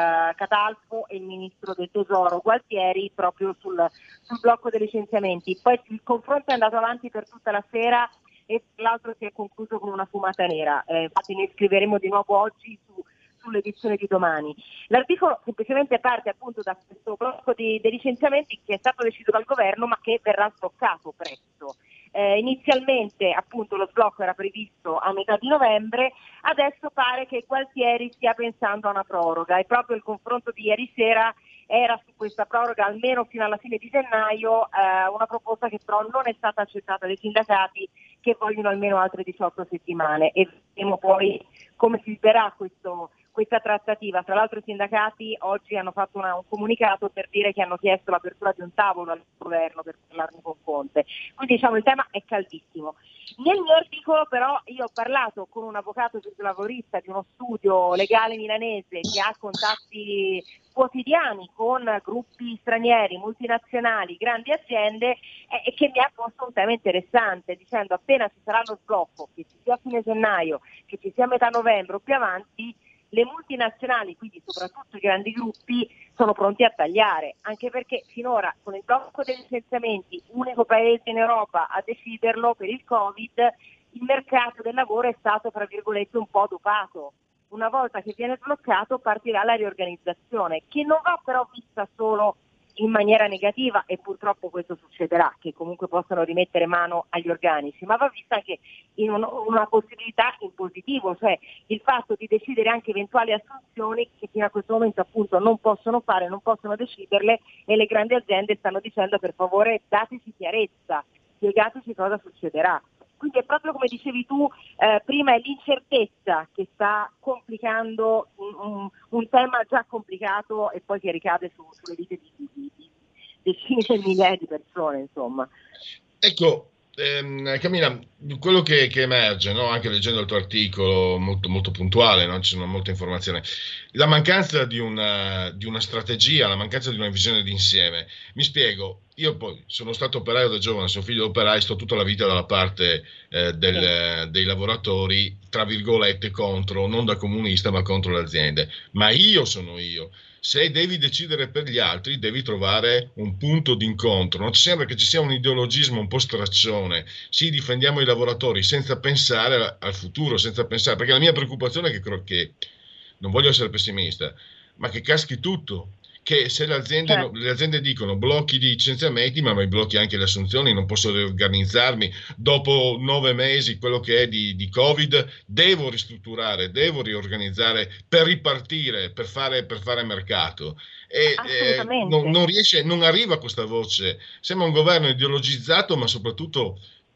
Catalfo e il ministro del tesoro Gualtieri proprio sul, sul blocco dei licenziamenti. Poi il confronto è andato avanti per tutta la sera e tra l'altro si è concluso con una fumata nera. Eh, infatti ne scriveremo di nuovo oggi su sull'edizione di domani. L'articolo semplicemente parte appunto da questo blocco di, dei licenziamenti che è stato deciso dal governo ma che verrà sbloccato presto. Eh, inizialmente appunto lo sblocco era previsto a metà di novembre, adesso pare che Gualtieri stia pensando a una proroga e proprio il confronto di ieri sera era su questa proroga almeno fino alla fine di gennaio, eh, una proposta che però non è stata accettata dai sindacati che vogliono almeno altre diciotto settimane e vedremo poi come si svilupperà questo questa trattativa. Tra l'altro i sindacati oggi hanno fatto una, un comunicato per dire che hanno chiesto l'apertura di un tavolo al governo per parlarne con Conte. Quindi diciamo il tema è caldissimo. Nel mio articolo però io ho parlato con un avvocato giuslavorista di uno studio legale milanese che ha contatti quotidiani con gruppi stranieri, multinazionali, grandi aziende e eh, che mi ha posto un tema interessante dicendo appena ci sarà lo sblocco, che ci sia a fine gennaio, che ci sia a metà novembre o più avanti, le multinazionali, quindi soprattutto i grandi gruppi, sono pronti a tagliare, anche perché finora con il blocco dei licenziamenti, unico paese in Europa a deciderlo per il Covid, il mercato del lavoro è stato, tra virgolette, un po' dopato. Una volta che viene sbloccato partirà la riorganizzazione, che non va però vista solo in maniera negativa, e purtroppo questo succederà, che comunque possano rimettere mano agli organici, ma va vista anche in un, una possibilità in positivo, cioè il fatto di decidere anche eventuali assunzioni che fino a questo momento appunto non possono fare, non possono deciderle, e le grandi aziende stanno dicendo per favore dateci chiarezza, spiegateci cosa succederà. Quindi è proprio come dicevi tu, eh, prima è l'incertezza che sta complicando un, un, un tema già complicato e poi che ricade su, sulle vite di, di, di decine di migliaia di persone, insomma. Ecco, ehm, Camilla, quello che, che emerge, no? Anche leggendo il tuo articolo molto, molto puntuale, no? Ci sono molte informazioni, la mancanza di una, di una strategia, la mancanza di una visione d'insieme. Mi spiego. Io poi sono stato operaio da giovane, sono figlio di operai, sto tutta la vita dalla parte eh, del, dei lavoratori, tra virgolette, contro, non da comunista, ma contro le aziende. Ma io sono io. Se devi decidere per gli altri, devi trovare un punto d'incontro. Non ci sembra che ci sia un ideologismo un po' straccione. Sì, difendiamo i lavoratori senza pensare al futuro, senza pensare, perché la mia preoccupazione è che, che non voglio essere pessimista, ma che caschi tutto. Che se le aziende, certo. le aziende dicono blocchi di licenziamenti, ma mi blocchi anche le assunzioni, non posso riorganizzarmi, dopo nove mesi, quello che è di, di Covid, devo ristrutturare, devo riorganizzare per ripartire, per fare, per fare mercato. E eh, non, non riesce, non arriva questa voce, sembra un governo ideologizzato, ma soprattutto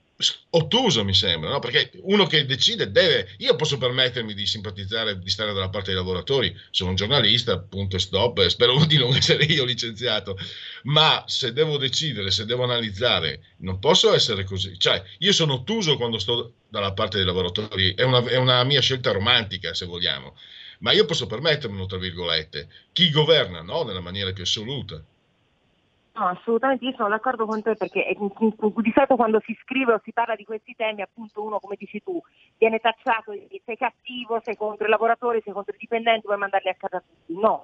ottuso, mi sembra, no? Perché uno che decide deve, io posso permettermi di simpatizzare, di stare dalla parte dei lavoratori, sono un giornalista, punto e stop, e spero di non essere io licenziato, ma se devo decidere, se devo analizzare, non posso essere così, cioè io sono ottuso quando sto dalla parte dei lavoratori, è una, è una mia scelta romantica, se vogliamo, ma io posso permettermelo, tra virgolette, chi governa, no? Nella maniera più assoluta. No, assolutamente, io sono d'accordo con te, perché di solito quando si scrive o si parla di questi temi, appunto uno, come dici tu, viene tacciato di sei cattivo, sei contro i lavoratori, sei contro i dipendenti, vuoi mandarli a casa tutti. No,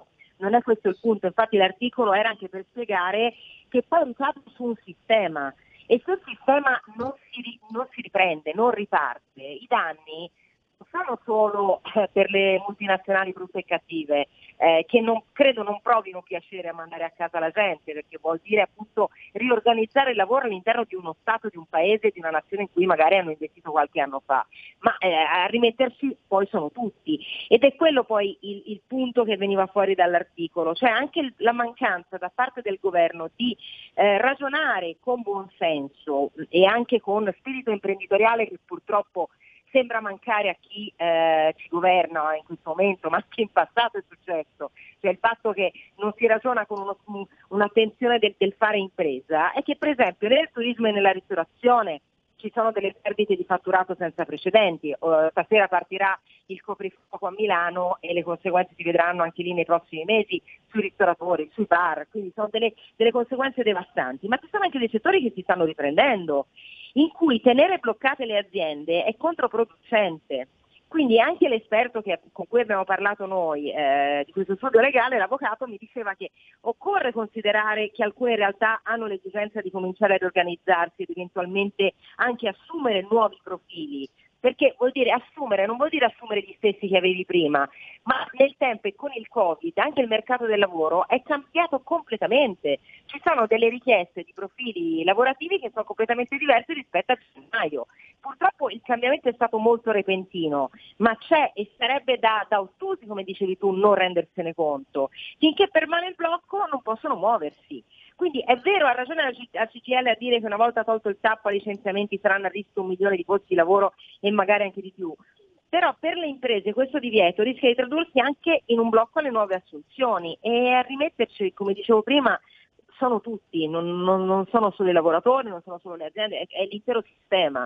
non è questo il punto. Infatti l'articolo era anche per spiegare che poi ricade su un sistema, e se il sistema non si, non si riprende, non riparte, i danni non sono solo eh, per le multinazionali brutte e cattive, eh, che non credo non provino piacere a mandare a casa la gente, perché vuol dire appunto riorganizzare il lavoro all'interno di uno Stato, di un paese, di una nazione in cui magari hanno investito qualche anno fa, ma eh, a rimettersi poi sono tutti, ed è quello poi il, il punto che veniva fuori dall'articolo, cioè anche il, la mancanza da parte del governo di eh, ragionare con buon senso e anche con spirito imprenditoriale, che purtroppo sembra mancare a chi eh, ci governa in questo momento, ma anche in passato è successo, cioè il fatto che non si ragiona con uno, un'attenzione del, del fare impresa, è che per esempio nel turismo e nella ristorazione ci sono delle perdite di fatturato senza precedenti. Uh, stasera partirà il coprifuoco a Milano e le conseguenze si vedranno anche lì nei prossimi mesi sui ristoratori, sui bar, quindi sono delle, delle conseguenze devastanti, ma ci sono anche dei settori che si stanno riprendendo, in cui tenere bloccate le aziende è controproducente. Quindi anche l'esperto che, con cui abbiamo parlato noi eh, di questo studio legale, l'avvocato, mi diceva che occorre considerare che alcune realtà hanno l'esigenza di cominciare ad organizzarsi ed eventualmente anche assumere nuovi profili, perché vuol dire assumere, non vuol dire assumere gli stessi che avevi prima, ma nel tempo e con il Covid anche il mercato del lavoro è cambiato completamente. Ci sono delle richieste di profili lavorativi che sono completamente diverse rispetto a gennaio. Purtroppo il cambiamento è stato molto repentino, ma c'è e sarebbe da, da ottusi, come dicevi tu, non rendersene conto. Finché permane il blocco non possono muoversi. Quindi è vero, ha ragione la C G I L a dire che una volta tolto il tappo ai licenziamenti saranno a rischio un milione di posti di lavoro e magari anche di più. Però per le imprese questo divieto rischia di tradursi anche in un blocco alle nuove assunzioni, e a rimetterci, come dicevo prima, sono tutti, non, non, non sono solo i lavoratori, non sono solo le aziende, è, è l'intero sistema.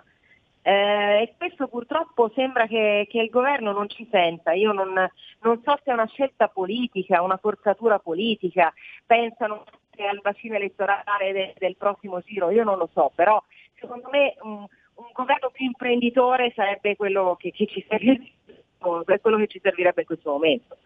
Eh, e spesso purtroppo sembra che, che il governo non ci senta. Io non, non so se è una scelta politica, una forzatura politica, pensano al bacino elettorale de, del prossimo giro, io non lo so, però secondo me un, un governo più imprenditore sarebbe quello che, che ci servirebbe, è quello che ci servirebbe in questo momento.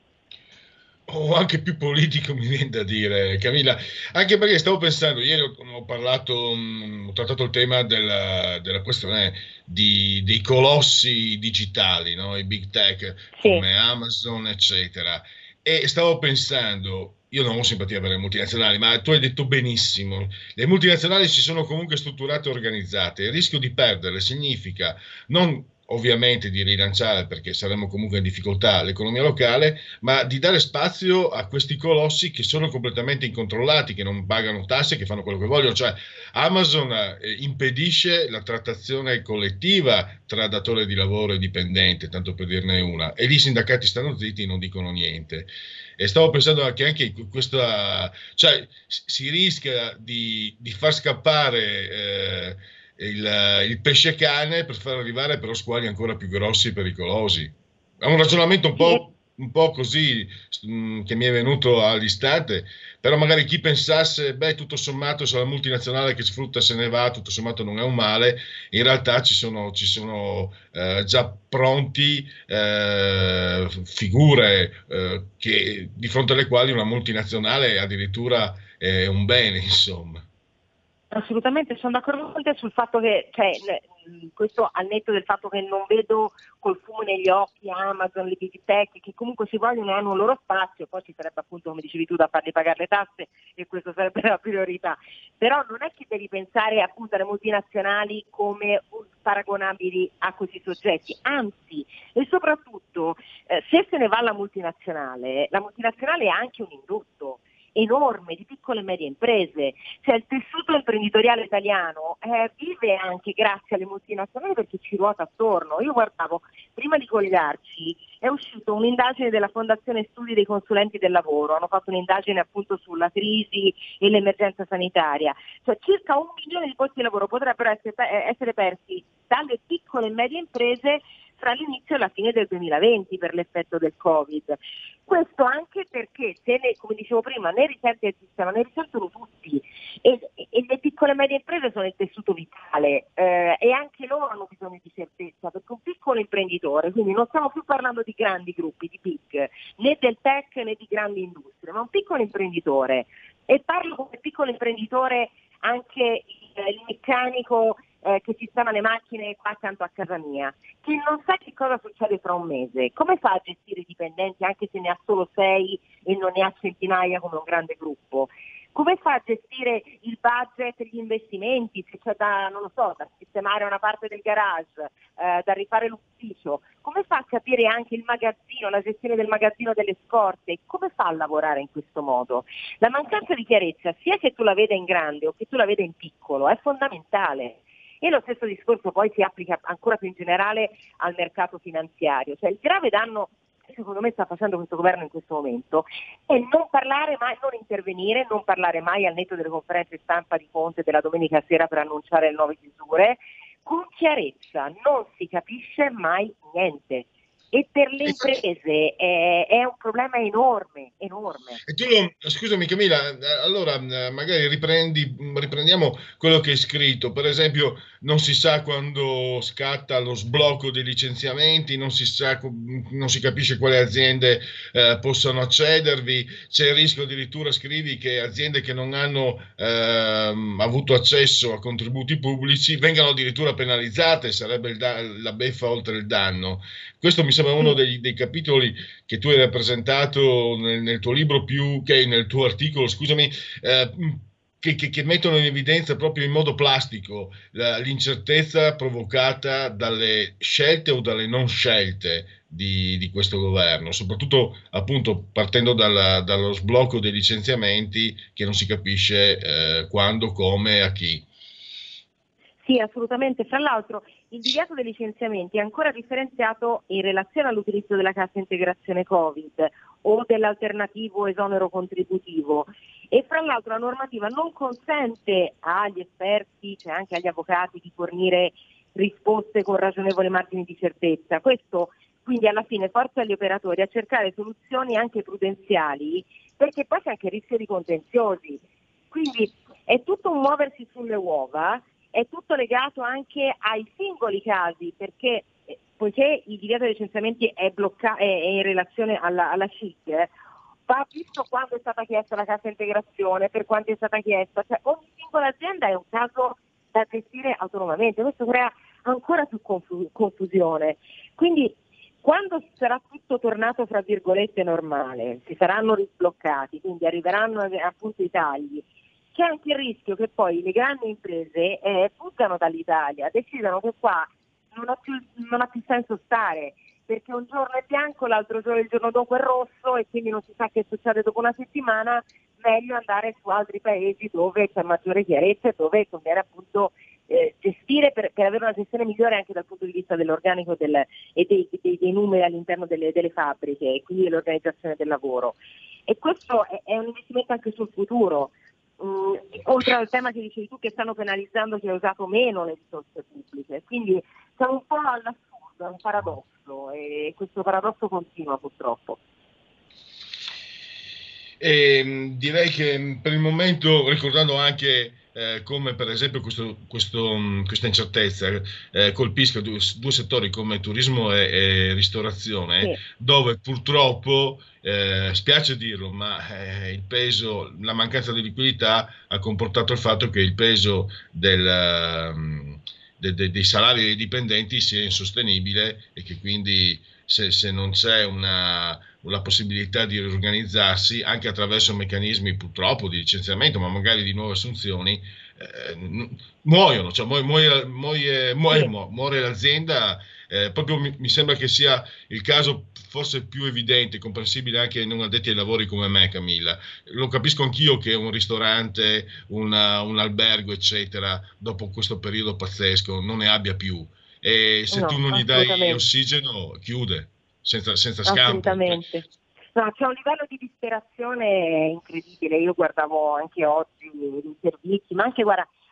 O anche più politico, mi viene da dire, Camilla, anche perché stavo pensando, ieri ho, ho parlato, mh, ho trattato il tema della, della questione di, dei colossi digitali, no? I big tech, sì, come Amazon, eccetera, e stavo pensando, io non ho simpatia per le multinazionali, ma tu hai detto benissimo, le multinazionali si sono comunque strutturate e organizzate, il rischio di perderle significa non ovviamente di rilanciare, perché saremmo comunque in difficoltà, l'economia locale, ma di dare spazio a questi colossi che sono completamente incontrollati, che non pagano tasse, che fanno quello che vogliono. Cioè Amazon eh, impedisce la trattazione collettiva tra datore di lavoro e dipendente, tanto per dirne una, e lì i sindacati stanno zitti e non dicono niente. E stavo pensando anche, anche in questa, cioè si rischia di, di far scappare eh, Il, il pesce cane per far arrivare però squali ancora più grossi e pericolosi. È un ragionamento un po', un po' così mh, che mi è venuto all'istante, però magari chi pensasse, beh, tutto sommato se la multinazionale che sfrutta se ne va, tutto sommato non è un male, in realtà ci sono, ci sono eh, già pronti eh, figure eh, che, di fronte alle quali una multinazionale addirittura è un bene, insomma. Assolutamente, sono d'accordo con te sul fatto che, cioè, questo al netto del fatto che non vedo col fumo negli occhi Amazon, le big tech, che comunque si vogliono e hanno un loro spazio, poi ci sarebbe appunto, come dicevi tu, da farli pagare le tasse, e questo sarebbe la priorità. Però non è che devi pensare appunto alle multinazionali come paragonabili a questi soggetti, anzi, e soprattutto eh, se se ne va la multinazionale, la multinazionale è anche un indotto enorme di piccole e medie imprese, cioè il tessuto imprenditoriale italiano eh, vive anche grazie alle multinazionali, perché ci ruota attorno. Io guardavo, prima di collegarci è uscita un'indagine della Fondazione Studi dei Consulenti del Lavoro, hanno fatto un'indagine appunto sulla crisi e l'emergenza sanitaria, cioè circa un milione di posti di lavoro potrebbero essere, essere persi dalle piccole e medie imprese fra l'inizio e la fine del duemilaventi per l'effetto del Covid. Questo anche perché, se ne, come dicevo prima, ne risente il sistema, ne risentono tutti e, e le piccole e medie imprese sono il tessuto vitale eh, e anche loro hanno bisogno di certezza, perché un piccolo imprenditore, quindi non stiamo più parlando di grandi gruppi, di big, né del tech né di grandi industrie, ma un piccolo imprenditore, e parlo come piccolo imprenditore anche il, il meccanico eh, che sistema le macchine qua accanto a casa mia, che non sa che cosa succede fra un mese, come fa a gestire i dipendenti anche se ne ha solo sei e non ne ha centinaia come un grande gruppo? Come fa a gestire il budget e gli investimenti, se c'è da, non lo so, da sistemare una parte del garage, eh, da rifare l'ufficio? Come fa a capire anche il magazzino, la gestione del magazzino delle scorte? Come fa a lavorare in questo modo? La mancanza di chiarezza, sia che tu la veda in grande o che tu la veda in piccolo, è fondamentale. E lo stesso discorso poi si applica ancora più in generale al mercato finanziario. Cioè il grave danno che secondo me sta facendo questo governo in questo momento è non parlare mai, non intervenire, non parlare mai al netto delle conferenze stampa di Conte della domenica sera per annunciare le nuove misure, con chiarezza, non si capisce mai niente. E per le imprese è, è un problema enorme, enorme. E tu lo, scusami Camilla, allora magari riprendi, riprendiamo quello che hai scritto. Per esempio, non si sa quando scatta lo sblocco dei licenziamenti, non si sa, non si capisce quali aziende eh, possano accedervi. C'è il rischio, addirittura scrivi, che aziende che non hanno eh, avuto accesso a contributi pubblici vengano addirittura penalizzate, sarebbe il da- la beffa oltre il danno. Questo mi sembra uno dei, dei capitoli che tu hai rappresentato nel, nel tuo libro, più che nel tuo articolo, scusami, eh, che, che, che mettono in evidenza proprio in modo plastico la, l'incertezza provocata dalle scelte o dalle non scelte di, di questo governo, soprattutto appunto partendo dalla, dallo sblocco dei licenziamenti, che non si capisce eh, quando, come, a chi. Sì, assolutamente. Fra l'altro il divieto dei licenziamenti è ancora differenziato in relazione all'utilizzo della cassa integrazione Covid o dell'alternativo esonero contributivo, e fra l'altro la normativa non consente agli esperti, cioè anche agli avvocati, di fornire risposte con ragionevoli margini di certezza. Questo quindi alla fine forza gli operatori a cercare soluzioni anche prudenziali, perché poi c'è anche il rischio di contenziosi. Quindi è tutto un muoversi sulle uova. È tutto legato anche ai singoli casi, perché eh, poiché il divieto dei licenziamenti è, blocca- è, è in relazione alla, alla C I C, eh, va visto quando è stata chiesta la cassa integrazione, per quanto è stata chiesta, cioè ogni singola azienda è un caso da gestire autonomamente. Questo crea ancora più confu- confusione. Quindi quando sarà tutto tornato fra virgolette normale, si saranno risbloccati, quindi arriveranno appunto i tagli, c'è anche il rischio che poi le grandi imprese eh, fuggano dall'Italia, decidano che qua non ha, più, non ha più senso stare, perché un giorno è bianco, l'altro giorno, il giorno dopo è rosso, e quindi non si sa che succede dopo una settimana. Meglio andare su altri paesi dove c'è maggiore chiarezza e dove conviene appunto eh, gestire per, per avere una gestione migliore anche dal punto di vista dell'organico del, e dei, dei, dei numeri all'interno delle, delle fabbriche, e quindi dell'organizzazione del lavoro. E questo è, è un investimento anche sul futuro. Mm, oltre al tema che dicevi tu, che stanno penalizzando chi ha usato meno le risorse pubbliche, quindi siamo un po' all'assurdo, è un paradosso, e questo paradosso continua purtroppo. E direi che per il momento, ricordando anche eh, come per esempio questo, questo, questa incertezza eh, colpisca due, due settori come turismo e, e ristorazione, sì, dove purtroppo eh, spiace dirlo, ma eh, il peso, la mancanza di liquidità ha comportato il fatto che il peso del, um, de, de, dei salari dei dipendenti sia insostenibile, e che quindi se, se non c'è una la possibilità di riorganizzarsi anche attraverso meccanismi purtroppo di licenziamento, ma magari di nuove assunzioni, eh, muoiono, cioè muoie, muoie, muoie, muoie, muore l'azienda. Eh, proprio mi, mi sembra che sia il caso forse più evidente, comprensibile anche ai non addetti ai lavori come me, Camilla. Lo capisco anch'io che un ristorante, una, un albergo, eccetera, dopo questo periodo pazzesco non ne abbia più, e se no, tu non gli dai ossigeno chiude. Senza, senza scampo. Assolutamente. No, c'è un livello di disperazione incredibile. Io guardavo anche oggi gli servizi, ma anche guarda,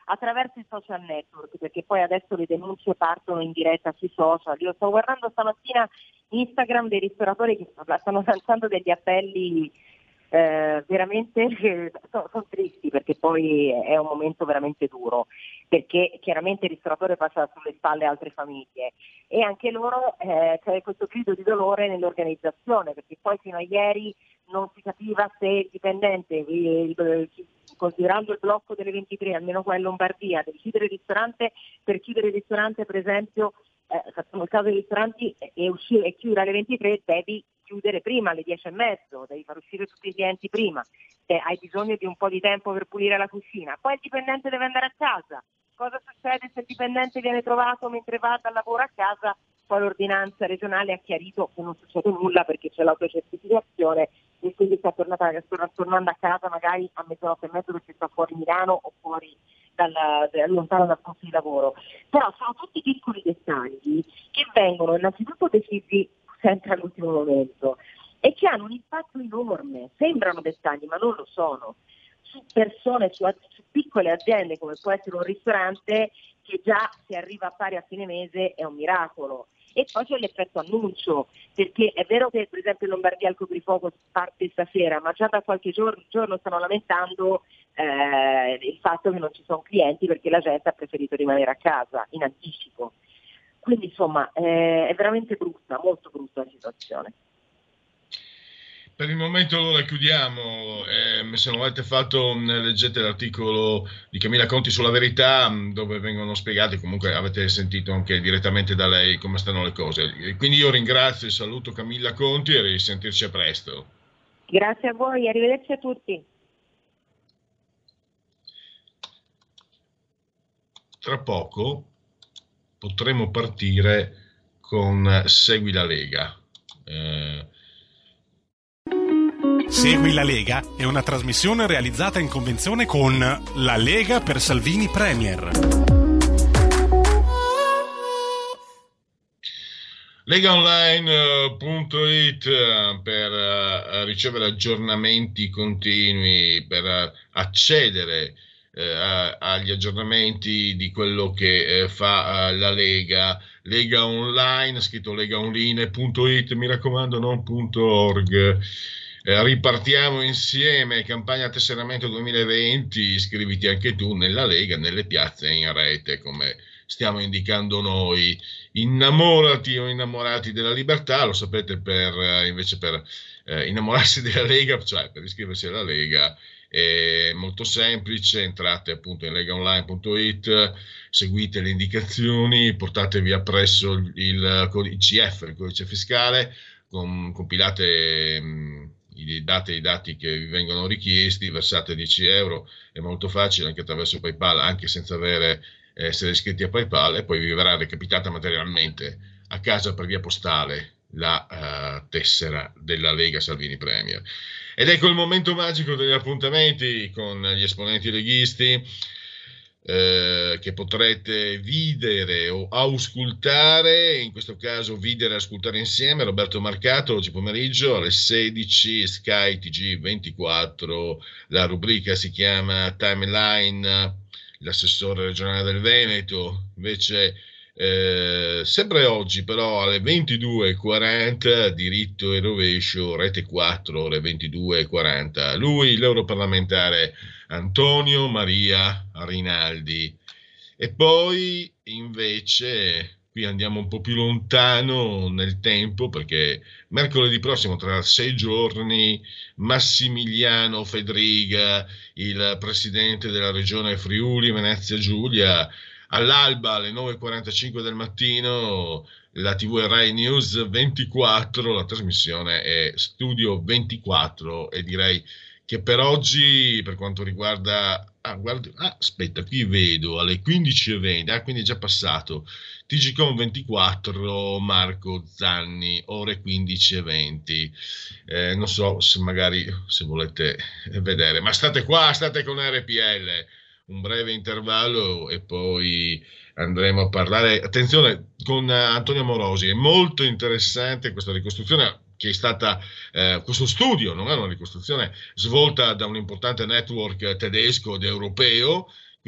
attraverso i social network, perché poi adesso le denunce partono in diretta sui social. Io sto guardando stamattina Instagram dei ristoratori che stanno lanciando degli appelli eh, veramente sono, sono tristi, perché poi è un momento veramente duro, perché chiaramente il ristoratore passa sulle spalle altre famiglie e anche loro eh, c'è questo grido di dolore nell'organizzazione, perché poi fino a ieri non si capiva se il dipendente, il, il, considerando il blocco delle ventitré, almeno qua in Lombardia, deve chiudere il ristorante. Per chiudere il ristorante, per esempio, eh, facciamo il caso dei ristoranti, e, uscire, e chiudere alle ventitré, devi chiudere prima, alle dieci e mezzo, devi far uscire tutti i clienti prima, eh, hai bisogno di un po' di tempo per pulire la cucina, poi il dipendente deve andare a casa. Cosa succede se il dipendente viene trovato mentre va dal lavoro a casa? Poi l'ordinanza regionale ha chiarito che non succede nulla perché c'è l'autocertificazione e quindi sta, tornata, sta tornando a casa magari a mezzanotte e mezzo perché sta fuori Milano o fuori dalla, lontano dal posto di lavoro. Però sono tutti piccoli dettagli che vengono innanzitutto decisi sempre all'ultimo momento e che hanno un impatto enorme. Sembrano dettagli ma non lo sono, su persone, su, su piccole aziende come può essere un ristorante, che già se arriva a pari a fine mese è un miracolo. E poi c'è l'effetto annuncio, perché è vero che per esempio in Lombardia il coprifuoco parte stasera, ma già da qualche giorno, giorno stanno lamentando eh, il fatto che non ci sono clienti perché la gente ha preferito rimanere a casa in anticipo. Quindi insomma eh, è veramente brutta, molto brutta la situazione. Per il momento allora chiudiamo, eh, se non avete fatto leggete l'articolo di Camilla Conti sulla Verità, dove vengono spiegate, comunque avete sentito anche direttamente da lei come stanno le cose. Quindi io ringrazio e saluto Camilla Conti e risentirci a presto. Grazie a voi, arrivederci a tutti. Tra poco potremo partire con Segui la Lega. Eh, Segui la Lega è una trasmissione realizzata in convenzione con La Lega per Salvini Premier. Legaonline punto it per uh, ricevere aggiornamenti continui, per uh, accedere uh, a, agli aggiornamenti di quello che uh, fa uh, la Lega. Lega Online, scritto legaonline punto it, mi raccomando, non .org. Eh, ripartiamo insieme, campagna tesseramento duemilaventi, iscriviti anche tu nella Lega, nelle piazze in rete, come stiamo indicando noi. Innamorati o innamorati della libertà, lo sapete, per invece per eh, innamorarsi della Lega, cioè per iscriversi alla Lega, è molto semplice, entrate appunto in legaonline punto it, seguite le indicazioni, portatevi appresso il, il, il C F, il codice fiscale, com, compilate... Mh, date i dati che vi vengono richiesti, versate dieci euro, è molto facile anche attraverso PayPal, anche senza avere, essere iscritti a PayPal, e poi vi verrà recapitata materialmente a casa per via postale la uh, tessera della Lega Salvini Premier. Ed ecco il momento magico degli appuntamenti con gli esponenti leghisti, Eh, che potrete videre o auscultare, in questo caso videre e ascoltare insieme. Roberto Marcato oggi pomeriggio alle sedici, Sky T G ventiquattro, la rubrica si chiama Timeline, l'assessore regionale del Veneto. Invece eh, sempre oggi però alle ventidue e quaranta, diritto e rovescio, Rete quattro, alle ventidue e quaranta, lui l'europarlamentare Antonio Maria Rinaldi. E poi invece qui andiamo un po' più lontano nel tempo, perché mercoledì prossimo, tra sei giorni, Massimiliano Fedriga, il presidente della regione Friuli Venezia Giulia, all'alba alle nove e quarantacinque del mattino, la tivù Rai News ventiquattro, la trasmissione è Studio ventiquattro, e direi che per oggi, per quanto riguarda, ah, guarda, ah, aspetta, qui vedo alle quindici e venti, ah, quindi è già passato, T G Com ventiquattro, Marco Zanni, ore quindici e venti, eh, non so se magari, se volete vedere, ma state qua, state con R P L, un breve intervallo e poi andremo a parlare, attenzione, con Antonio Morosi. È molto interessante questa ricostruzione, che è stata, eh, questo studio non è una ricostruzione svolta da un importante network tedesco ed europeo,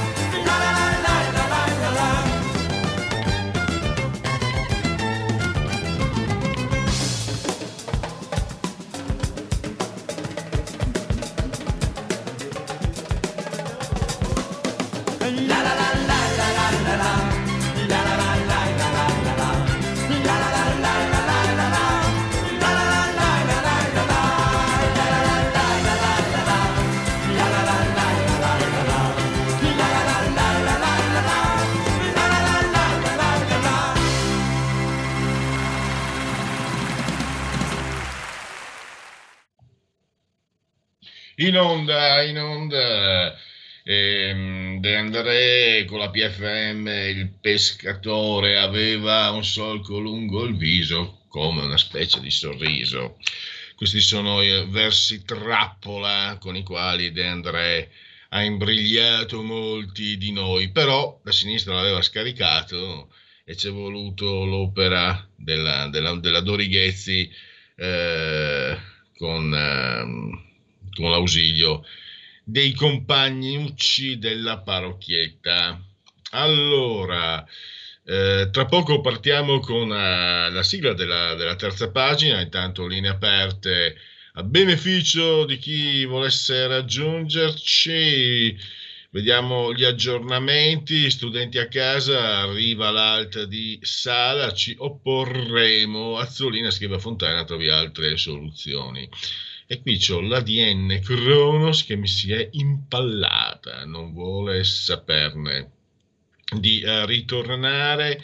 in onda, in onda. Ehm, De André con la P F M, il pescatore aveva un solco lungo il viso come una specie di sorriso. Questi sono i versi trappola con i quali De André ha imbrigliato molti di noi, però la sinistra l'aveva scaricato e ci è voluto l'opera della, della, della Dorighezzi eh, con, eh, con l'ausilio dei compagnucci della parrocchietta. Allora, eh, tra poco partiamo con uh, la sigla della, della terza pagina, intanto linee aperte a beneficio di chi volesse raggiungerci. Vediamo gli aggiornamenti, studenti a casa, arriva l'alta di Sala, ci opporremo, Azzolina scrive a Fontana, trovi altre soluzioni. E qui c'ho l'A D N Cronos che mi si è impallata, non vuole saperne di uh, ritornare.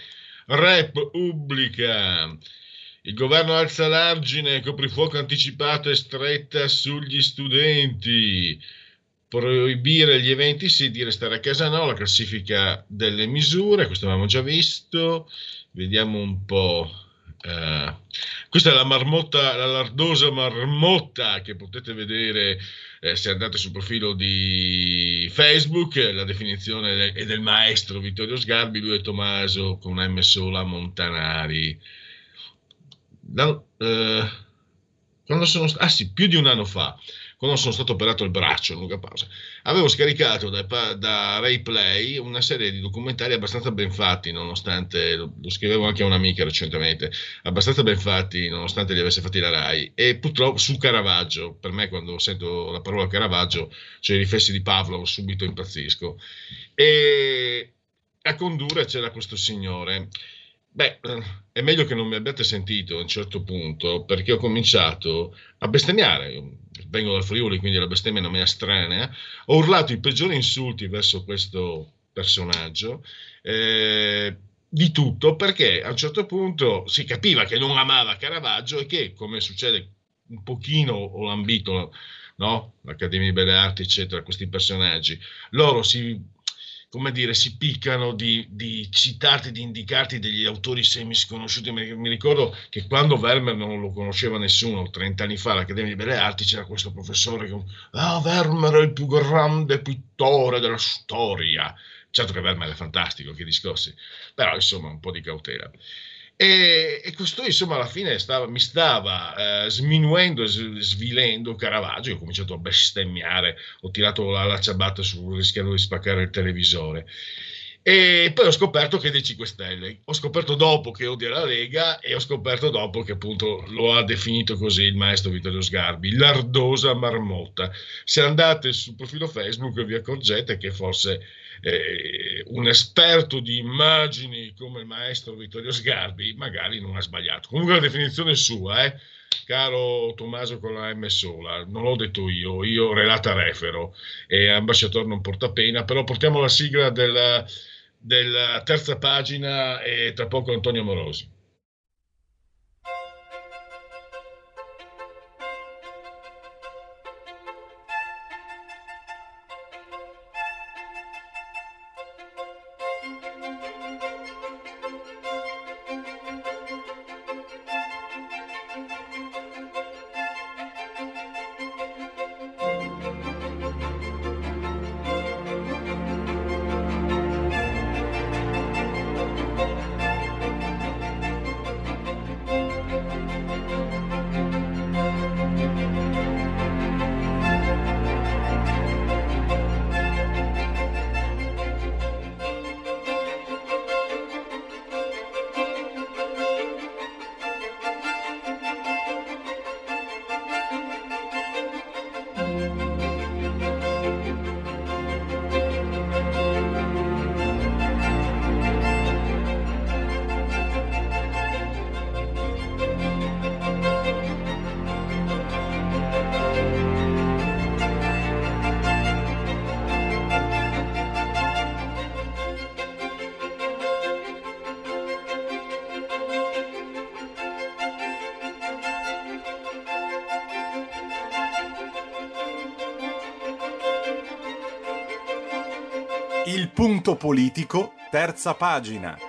Repubblica, il governo alza l'argine, coprifuoco anticipato e stretta sugli studenti, proibire gli eventi sì, di restare a casa no, la classifica delle misure, questo avevamo già visto, vediamo un po'. Uh, questa è la marmotta, la lardosa marmotta che potete vedere eh, se andate sul profilo di Facebook. La definizione è del maestro Vittorio Sgarbi, lui è Tommaso con una M sola Montanari. Da, uh, quando sono ah sì, più di un anno fa, quando sono stato operato il braccio, lunga pausa, avevo scaricato da, da RaiPlay una serie di documentari abbastanza ben fatti, nonostante, lo, lo scrivevo anche a un'amica recentemente, abbastanza ben fatti, nonostante li avesse fatti la Rai, e purtroppo su Caravaggio, per me quando sento la parola Caravaggio, cioè i riflessi di Pavlov, subito impazzisco, e a condurre c'era questo signore. Beh, è meglio che non mi abbiate sentito a un certo punto, perché ho cominciato a bestemmiare. Vengo dal Friuli, quindi la bestemmia non mi è estranea. Ho urlato i peggiori insulti verso questo personaggio, eh, di tutto, perché a un certo punto si capiva che non amava Caravaggio e che, come succede un pochino, ho lambito, no? L'Accademia di Belle Arti, eccetera, questi personaggi, loro si... come dire, si piccano di, di citarti, di indicarti degli autori semi-sconosciuti. Mi, mi ricordo che quando Vermeer non lo conosceva nessuno, trent'anni fa all'Accademia di Belle Arti c'era questo professore che ah, Vermeer è il più grande pittore della storia. Certo che Vermeer è fantastico, che discorsi, però insomma un po' di cautela. E, e questo insomma alla fine stava, mi stava eh, sminuendo e svilendo Caravaggio. Io ho cominciato a bestemmiare, ho tirato la, la ciabatta sul rischiando di spaccare il televisore, e poi ho scoperto che dei cinque Stelle, ho scoperto dopo che odia la Lega, e ho scoperto dopo che appunto lo ha definito così il maestro Vittorio Sgarbi, lardosa marmotta. Se andate sul profilo Facebook vi accorgete che forse Eh, un esperto di immagini come il maestro Vittorio Sgarbi magari non ha sbagliato. Comunque la definizione è sua, eh? Caro Tommaso con la M sola, non l'ho detto io, io relata refero, e ambasciatore non porta pena. Però portiamo la sigla della, della terza pagina e tra poco Antonio Morosi. Il punto politico, terza pagina.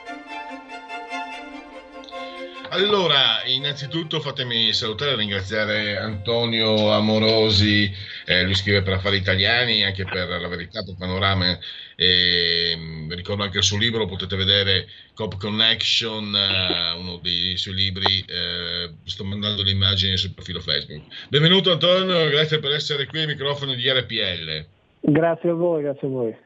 Allora, innanzitutto fatemi salutare e ringraziare Antonio Amorosi, eh, lui scrive per Affari Italiani, anche per La Verità, per Panorama, e ricordo anche il suo libro, potete vedere Cop Connection, eh, uno dei suoi libri, eh, sto mandando le immagini sul profilo Facebook. Benvenuto Antonio, grazie per essere qui ai microfoni di R P L. Grazie a voi, grazie a voi.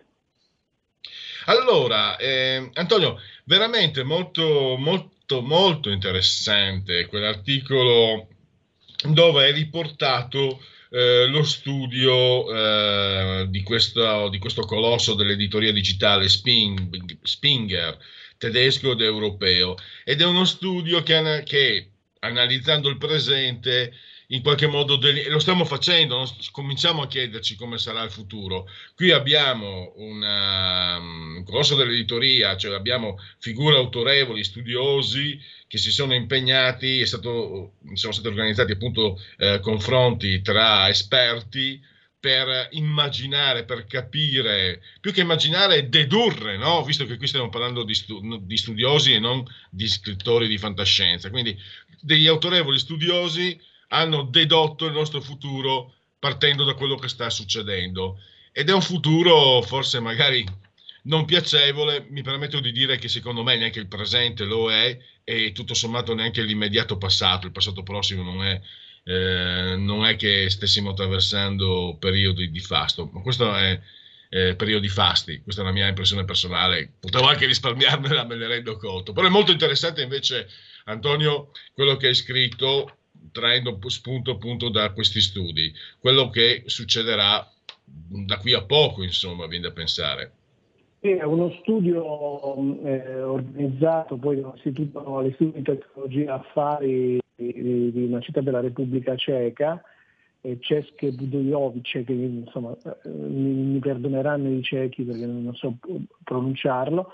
Allora, eh, Antonio, veramente molto, molto molto interessante quell'articolo dove è riportato eh, lo studio eh, di, questo, di questo colosso dell'editoria digitale Sping, Springer, tedesco ed europeo, ed è uno studio che, che analizzando il presente in qualche modo del, lo stiamo facendo, cominciamo a chiederci come sarà il futuro. Qui abbiamo una, un colosso dell'editoria, cioè abbiamo figure autorevoli, studiosi che si sono impegnati, è stato, sono stati organizzati appunto eh, confronti tra esperti per immaginare, per capire, più che immaginare, dedurre, no? Visto che qui stiamo parlando di, stu- di studiosi e non di scrittori di fantascienza, quindi degli autorevoli studiosi hanno dedotto il nostro futuro partendo da quello che sta succedendo, ed è un futuro forse magari non piacevole. Mi permetto di dire che secondo me neanche il presente lo è, e tutto sommato neanche l'immediato passato, il passato prossimo non è, eh, non è che stessimo attraversando periodi di fasto, ma questo è eh, periodi fasti, questa è la mia impressione personale, potevo anche risparmiarmela, me ne rendo conto, però è molto interessante invece, Antonio, quello che hai scritto, traendo spunto appunto da questi studi, quello che succederà da qui a poco, insomma, viene da pensare. È uno studio eh, organizzato poi dall'Istituto, all'Istituto di Tecnologia Affari di, di una città della Repubblica Ceca, eh, České Budějovice, che insomma eh, mi, mi perdoneranno i cechi perché non so pronunciarlo,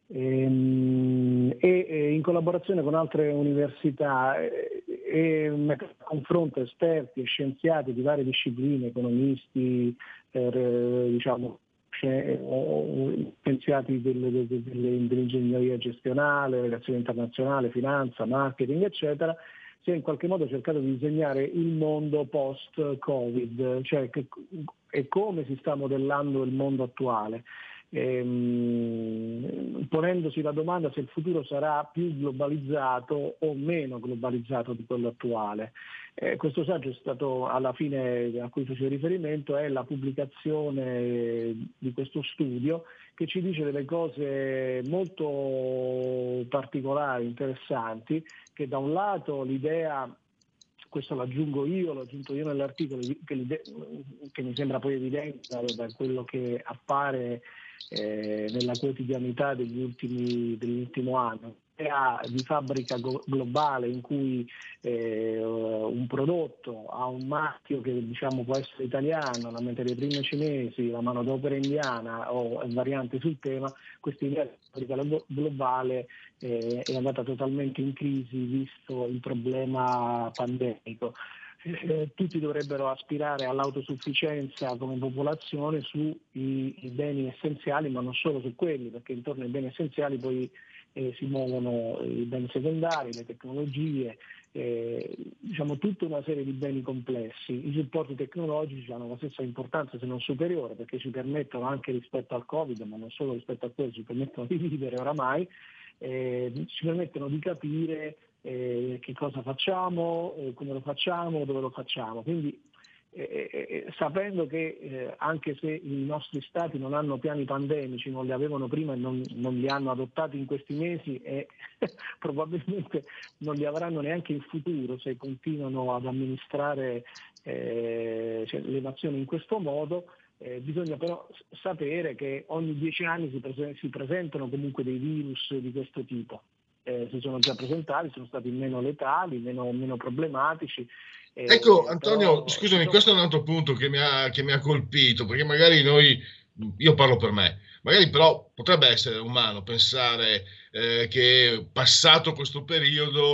e, e in collaborazione con altre università e, e un confronto esperti e scienziati di varie discipline, economisti, eh, diciamo scienziati delle, delle, dell'ingegneria gestionale, relazioni internazionali, finanza, marketing, eccetera, si è in qualche modo cercato di disegnare il mondo post-Covid, cioè che, e come si sta modellando il mondo attuale. Ehm, ponendosi la domanda se il futuro sarà più globalizzato o meno globalizzato di quello attuale. Eh, questo saggio è stato, alla fine a cui facevo riferimento, è la pubblicazione di questo studio che ci dice delle cose molto particolari, interessanti, che da un lato l'idea, questo lo aggiungo io, l'ho aggiunto io nell'articolo, che, che mi sembra poi evidente da quello che appare Eh, nella quotidianità degli ultimi, dell'ultimo anno, di fabbrica go- globale in cui eh, un prodotto ha un marchio che diciamo può essere italiano, la materia prima cinesi, la manodopera indiana o varianti sul tema, questa idea di fabbrica globale eh, è andata totalmente in crisi visto il problema pandemico. Eh, tutti dovrebbero aspirare all'autosufficienza come popolazione sui i beni essenziali, ma non solo su quelli, perché intorno ai beni essenziali poi eh, si muovono i beni secondari, le tecnologie, eh, diciamo tutta una serie di beni complessi. I supporti tecnologici hanno la stessa importanza, se non superiore, perché ci permettono anche rispetto al Covid, ma non solo rispetto a quello, ci permettono di vivere oramai, eh, ci permettono di capire Eh, che cosa facciamo, eh, come lo facciamo, dove lo facciamo. Quindi eh, eh, sapendo che eh, anche se i nostri stati non hanno piani pandemici, non li avevano prima e non, non li hanno adottati in questi mesi e probabilmente non li avranno neanche in futuro se continuano ad amministrare eh, cioè, le nazioni in questo modo, eh, bisogna però sapere che ogni dieci anni si, prese- si presentano comunque dei virus di questo tipo. Eh, si sono già presentati, sono stati meno letali, meno, meno problematici. Eh, ecco Antonio, però, scusami, però... questo è un altro punto che mi, ha, che mi ha colpito, perché magari noi, io parlo per me, magari però potrebbe essere umano pensare eh, che passato questo periodo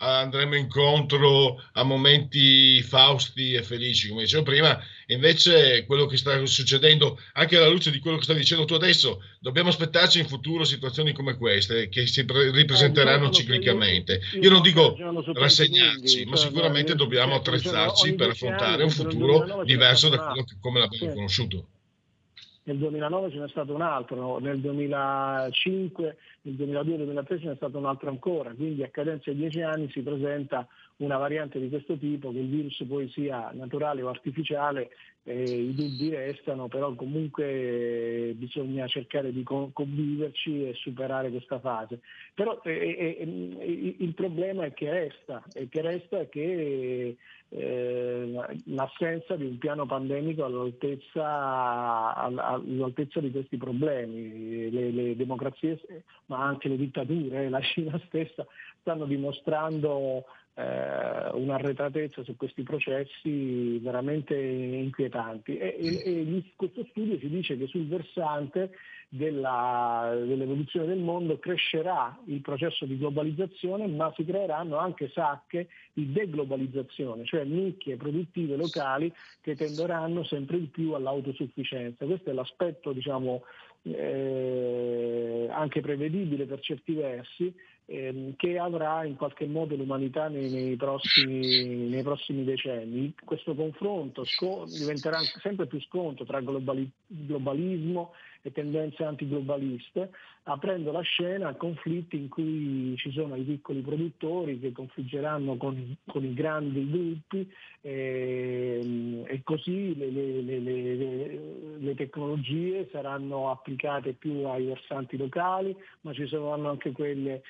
andremo incontro a momenti fausti e felici, come dicevo prima. Invece quello che sta succedendo, anche alla luce di quello che stai dicendo tu adesso, dobbiamo aspettarci in futuro situazioni come queste che si pre- ripresenteranno eh, ciclicamente. Io non dico rassegnarci, ma sicuramente dobbiamo attrezzarci per affrontare un futuro diverso da quello che, come l'abbiamo conosciuto. Nel duemilanove ce n'è stato un altro, nel duemilacinque, nel duemiladue, duemilatré ce n'è stato un altro ancora, quindi a cadenza di dieci anni si presenta una variante di questo tipo. Che il virus poi sia naturale o artificiale, eh, i dubbi restano, però comunque eh, bisogna cercare di con- conviverci e superare questa fase. Però eh, eh, il problema è che resta, e che resta è che eh, l'assenza di un piano pandemico all'altezza, all'altezza di questi problemi. Le, le democrazie, ma anche le dittature, la Cina stessa, stanno dimostrando eh, un'arretratezza su questi processi veramente inquietanti. E, e, e in questo studio si dice che sul versante della, dell'evoluzione del mondo crescerà il processo di globalizzazione, ma si creeranno anche sacche di deglobalizzazione, cioè nicchie produttive locali che tenderanno sempre di più all'autosufficienza. Questo è l'aspetto, diciamo, eh, anche prevedibile per certi versi, ehm, che avrà in qualche modo l'umanità nei, nei, prossimi, nei prossimi decenni. Questo confronto sco- diventerà sempre più scontro tra globali- globalismo e tendenze antiglobaliste, aprendo la scena a conflitti in cui ci sono i piccoli produttori che confliggeranno con, con i grandi gruppi, e, e così le, le, le, le, le tecnologie saranno applicate più ai versanti locali, ma ci saranno anche quelle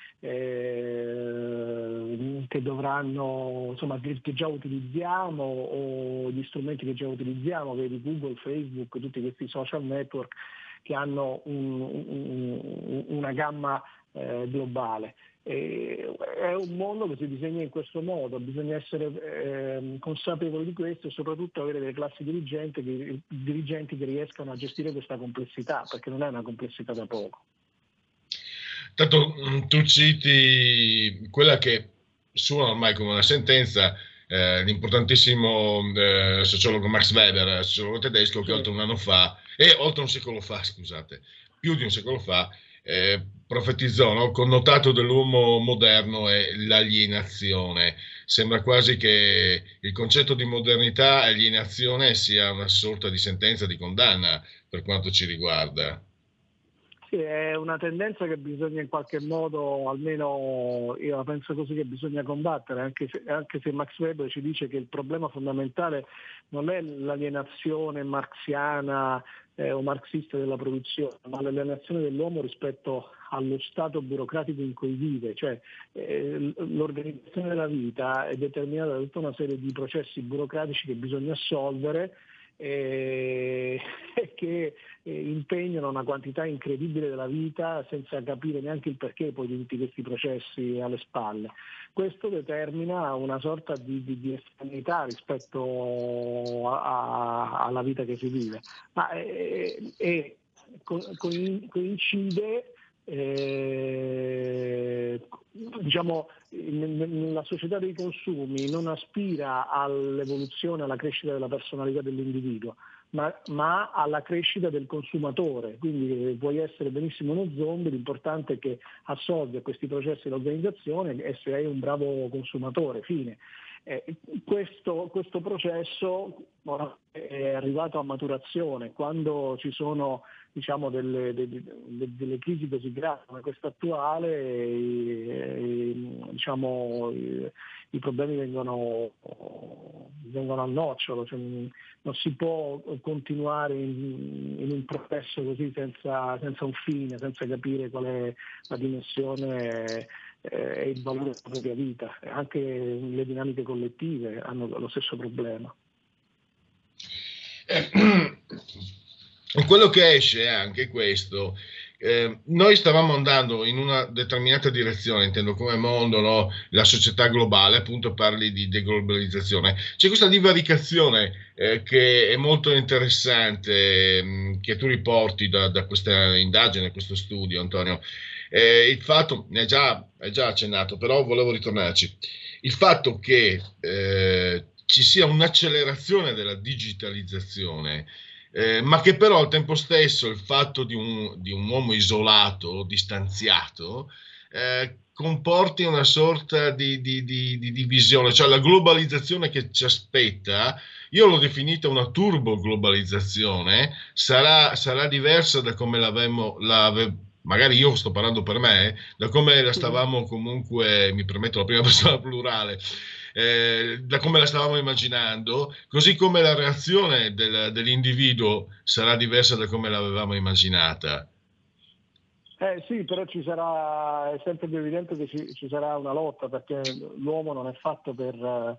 eh, che dovranno, insomma, che già utilizziamo, o gli strumenti che già utilizziamo, vedi Google, Facebook, tutti questi social network che hanno un, un, una gamma eh, globale. E è un mondo che si disegna in questo modo, bisogna essere eh, consapevoli di questo e soprattutto avere delle classi dirigenti che, dirigenti che riescano a gestire questa complessità, perché non è una complessità da poco. Tanto tu citi quella che suona ormai come una sentenza, eh, l'importantissimo eh, sociologo Max Weber, sociologo tedesco, che sì. oltre un anno fa, e oltre un secolo fa, scusate, più di un secolo fa, eh, profetizzò, no? Connotato dell'uomo moderno è l'alienazione. Sembra quasi che il concetto di modernità e alienazione sia una sorta di sentenza di condanna per quanto ci riguarda. Sì, è una tendenza che bisogna in qualche modo, almeno io la penso così, che bisogna combattere, anche se, anche se Max Weber ci dice che il problema fondamentale non è l'alienazione marxiana eh, o marxista della produzione, ma l'alienazione dell'uomo rispetto allo stato burocratico in cui vive, cioè eh, l'organizzazione della vita è determinata da tutta una serie di processi burocratici che bisogna assolvere e che impegnano una quantità incredibile della vita senza capire neanche il perché poi di tutti questi processi alle spalle. Questo determina una sorta di, di, di estranità rispetto a, a, alla vita che si vive, ma è, è, coincide eh, diciamo nella società dei consumi, non aspira all'evoluzione, alla crescita della personalità dell'individuo, ma, ma alla crescita del consumatore. Quindi puoi essere benissimo uno zombie, l'importante è che assolvi a questi processi di organizzazione e sei un bravo consumatore, fine. Eh, questo, questo processo è arrivato a maturazione quando ci sono, diciamo, delle, delle, delle crisi così gravi come questa attuale, e, e, diciamo, i, i problemi vengono, vengono al nocciolo, cioè, non si può continuare in, in un processo così senza, senza un fine, senza capire qual è la dimensione e il valore della propria vita. Anche le dinamiche collettive hanno lo stesso problema. Eh, quello che esce è anche questo. Eh, noi stavamo andando in una determinata direzione, intendo come mondo, no? La società globale, appunto parli di deglobalizzazione. C'è questa divaricazione eh, che è molto interessante, mh, che tu riporti da, da questa indagine, questo studio, Antonio. Eh, il fatto, è già, è già accennato, però volevo ritornarci, il fatto che eh, ci sia un'accelerazione della digitalizzazione, eh, ma che però al tempo stesso il fatto di un, di un uomo isolato, distanziato, eh, comporti una sorta di, di, di, di divisione, cioè la globalizzazione che ci aspetta, io l'ho definita una turbo globalizzazione, sarà, sarà diversa da come l'avevamo, l'ave, magari io sto parlando per me, da come la stavamo comunque, mi permetto la prima persona plurale, eh, da come la stavamo immaginando, così come la reazione del, dell'individuo sarà diversa da come l'avevamo immaginata. Eh sì, però ci sarà, è sempre più evidente che ci, ci sarà una lotta, perché l'uomo non è fatto per,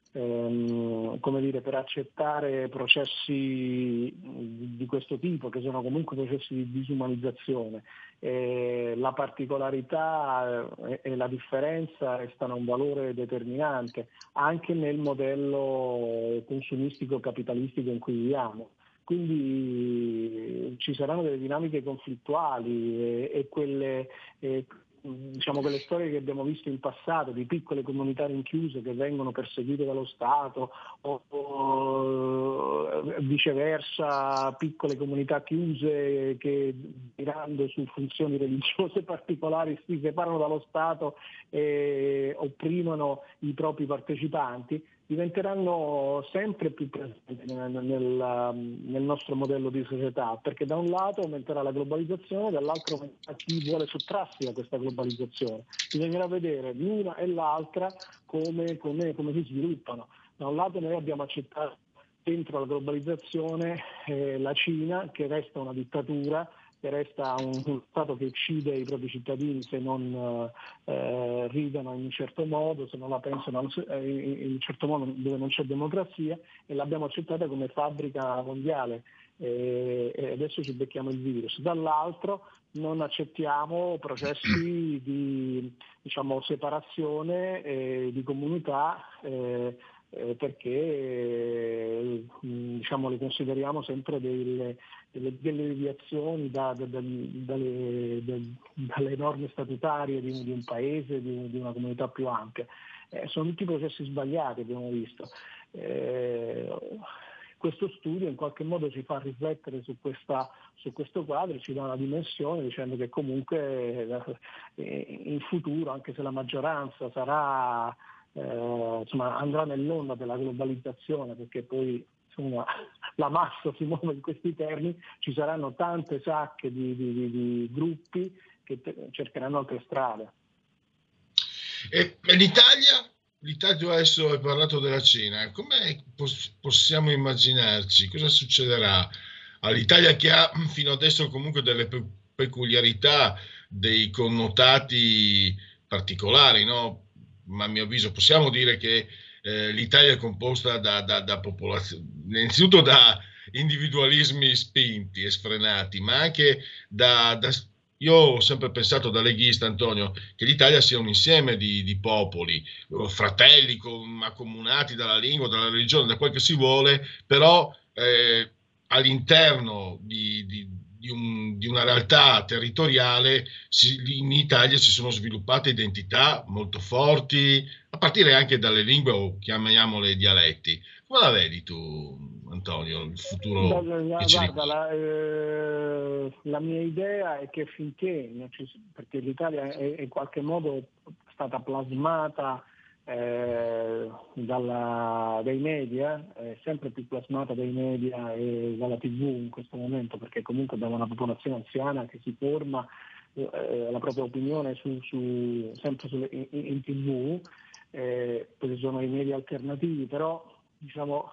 ehm, come dire, per accettare processi di questo tipo, che sono comunque processi di disumanizzazione. Eh, la particolarità e, e la differenza restano un valore determinante anche nel modello consumistico capitalistico in cui viviamo. Quindi ci saranno delle dinamiche conflittuali e, e quelle, e, diciamo, quelle storie che abbiamo visto in passato di piccole comunità rinchiuse che vengono perseguite dallo Stato o, o viceversa piccole comunità chiuse che, mirando su funzioni religiose particolari, si separano dallo Stato e opprimono i propri partecipanti, diventeranno sempre più presenti nel, nel, nel nostro modello di società, perché da un lato aumenterà la globalizzazione, dall'altro aumenterà chi vuole sottrarsi a questa globalizzazione. Bisognerà vedere l'una e l'altra come, come, come si sviluppano. Da un lato noi abbiamo accettato dentro la globalizzazione eh, la Cina, che resta una dittatura, che resta un, uno Stato che uccide i propri cittadini se non eh, ridono in un certo modo, se non la pensano in un certo modo dove non c'è democrazia, e l'abbiamo accettata come fabbrica mondiale e, e adesso ci becchiamo il virus. Dall'altro non accettiamo processi di, diciamo, separazione eh, di comunità eh, eh, perché eh, diciamo, le consideriamo sempre delle Delle, delle deviazioni da, da, da, dalle, da, dalle norme statutarie di un, di un paese, di, di una comunità più ampia. Eh, sono tutti processi sbagliati, abbiamo visto. Eh, questo studio in qualche modo ci fa riflettere su, questa, su questo quadro, ci dà una dimensione dicendo che comunque eh, in futuro, anche se la maggioranza sarà, eh, insomma, andrà nell'onda della globalizzazione, perché poi insomma, la massa si muove in questi termini, ci saranno tante sacche di, di, di, di gruppi che te- cercheranno altre strade. E l'Italia? L'Italia, adesso hai parlato della Cina, come pos- possiamo immaginarci? Cosa succederà all'Italia, che ha fino adesso comunque delle pe- peculiarità, dei connotati particolari, no? Ma a mio avviso possiamo dire che Eh, l'Italia è composta da, da, da popolazioni, innanzitutto da individualismi spinti e sfrenati, ma anche da, da io ho sempre pensato da leghista, Antonio, che l'Italia sia un insieme di, di popoli, fratelli, com, accomunati dalla lingua, dalla religione, da quel che si vuole, però eh, all'interno di, di Di, un, di una realtà territoriale si, in Italia si sono sviluppate identità molto forti, a partire anche dalle lingue, o chiamiamole dialetti. Come la vedi tu, Antonio, il futuro? Guarda, che ci guarda la, eh, la mia idea è che finché non ci, perché l'Italia è in qualche modo stata plasmata Eh, dalla, dai media, è sempre più plasmata dai media e dalla tivù in questo momento, perché comunque abbiamo una popolazione anziana che si forma eh, la propria opinione su, su, sempre su, in, in tivù, eh, poi ci sono i media alternativi, però diciamo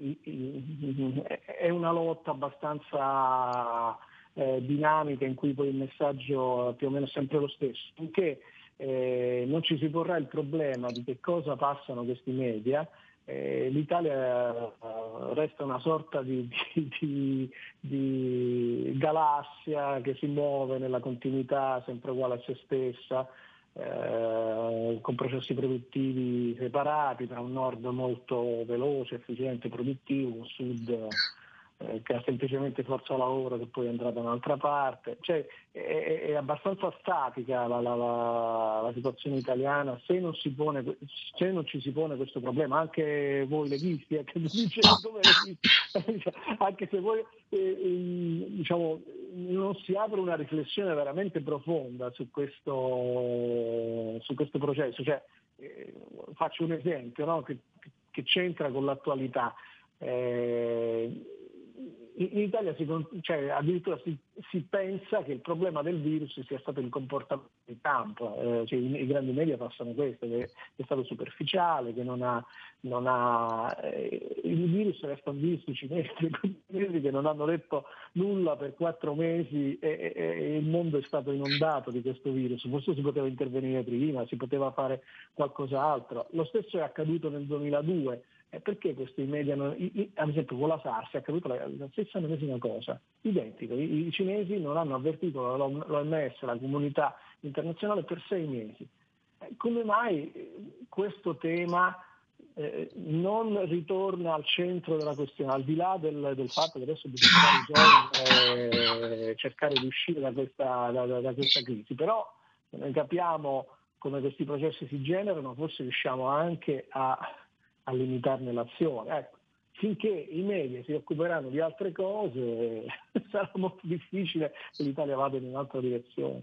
è una lotta abbastanza eh, dinamica in cui poi il messaggio più o meno è sempre lo stesso, finché Eh, non ci si porrà il problema di che cosa passano questi media, eh, l'Italia eh, resta una sorta di, di, di, di galassia che si muove nella continuità sempre uguale a se stessa, eh, con processi produttivi separati, tra un nord molto veloce, efficiente, produttivo, un sud eh, che ha semplicemente forza lavoro che poi andrà da un'altra parte, cioè è, è abbastanza statica la, la, la, la situazione italiana se non si pone, se non ci si pone questo problema. Anche voi leghisti, eh, che mi dice come leghisti, anche se voi eh, diciamo non si apre una riflessione veramente profonda su questo su questo processo, cioè eh, faccio un esempio, no? che, che c'entra con l'attualità. Eh, in Italia si, cioè, addirittura si, si pensa che il problema del virus sia stato il comportamento di Trump, eh, cioè, i, i grandi media passano questo, che è stato superficiale, che non ha, non ha eh, il virus resta un virus sui cinesi, cinesi che non hanno detto nulla per quattro mesi e, e, e il mondo è stato inondato di questo virus. Forse si poteva intervenire prima, si poteva fare qualcos'altro. Lo stesso è accaduto nel duemiladue. Eh, perché questi media, non, i, i, ad esempio con la SARS è accaduta la, la stessa medesima cosa, identico, I, i cinesi non hanno avvertito l'O M S, la comunità internazionale per sei mesi. Eh, come mai questo tema eh, non ritorna al centro della questione, al di là del, del fatto che adesso bisogna risolvere, eh, cercare di uscire da questa, da, da, da questa crisi, però se noi capiamo come questi processi si generano, forse riusciamo anche a a limitarne l'azione. Ecco, finché i media si occuperanno di altre cose sarà molto difficile che l'Italia vada in un'altra direzione.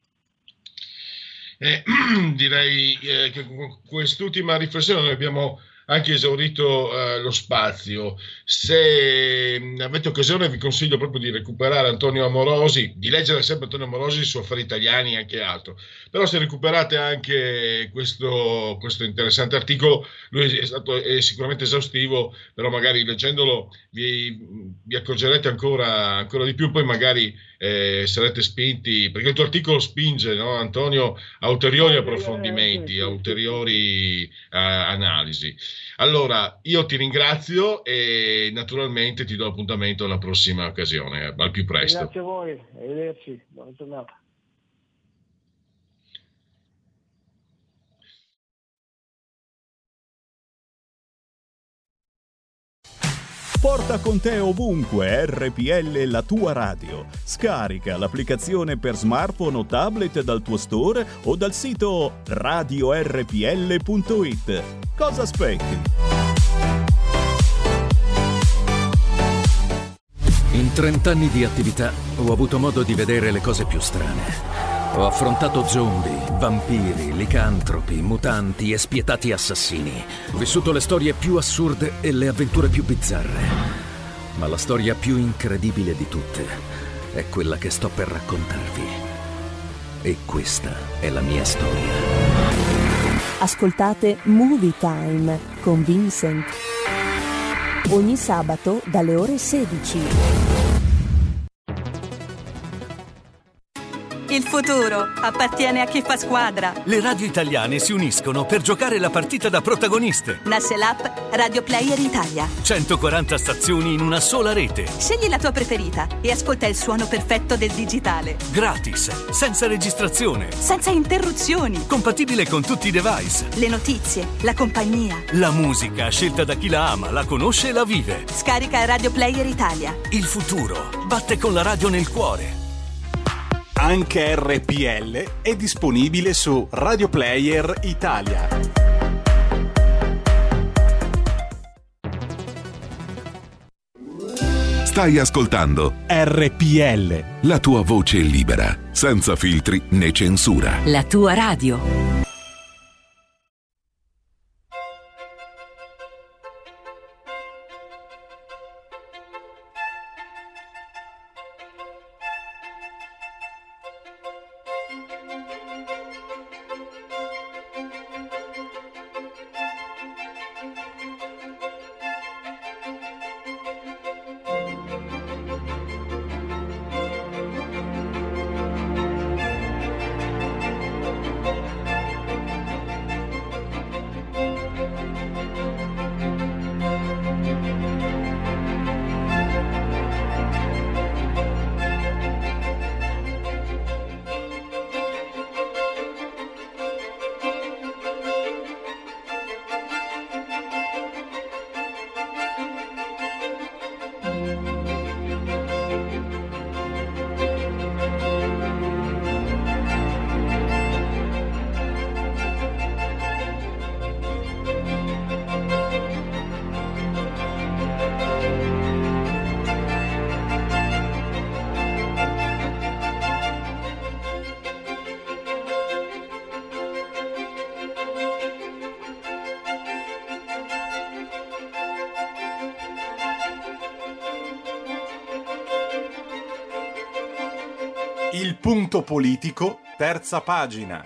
Eh, direi eh, che con quest'ultima riflessione noi abbiamo anche esaurito eh, lo spazio. Se avete occasione vi consiglio proprio di recuperare Antonio Amorosi, di leggere sempre Antonio Amorosi su Affari Italiani e anche altro, però se recuperate anche questo, questo interessante articolo, lui è stato è sicuramente esaustivo, però magari leggendolo vi, vi accorgerete ancora, ancora di più, poi magari eh, sarete spinti, perché il tuo articolo spinge, no, Antonio, a ulteriori approfondimenti, a ulteriori uh, analisi. Allora, io ti ringrazio e naturalmente ti do appuntamento alla prossima occasione, al più presto. Grazie a voi, arrivederci, buona giornata. Porta con te ovunque R P L, la tua radio. Scarica l'applicazione per smartphone o tablet dal tuo store o dal sito radio erre pi elle punto it. Cosa aspetti? In trent'anni di attività ho avuto modo di vedere le cose più strane. Ho affrontato zombie, vampiri, licantropi, mutanti e spietati assassini. Ho vissuto le storie più assurde e le avventure più bizzarre. Ma la storia più incredibile di tutte è quella che sto per raccontarvi. E questa è la mia storia. Ascoltate Movie Time con Vincent. Ogni sabato dalle ore sedici. Il futuro appartiene a chi fa squadra. Le radio italiane si uniscono per giocare la partita da protagoniste. Nasce l'app Radio Player Italia. centoquaranta stazioni in una sola rete. Scegli la tua preferita e ascolta il suono perfetto del digitale. Gratis, senza registrazione. Senza interruzioni. Compatibile con tutti i device. Le notizie, la compagnia. La musica scelta da chi la ama, la conosce e la vive. Scarica Radio Player Italia. Il futuro batte con la radio nel cuore. Anche R P L è disponibile su Radio Player Italia. Stai ascoltando R P L, la tua voce libera, senza filtri né censura. La tua radio. Il punto politico, terza pagina.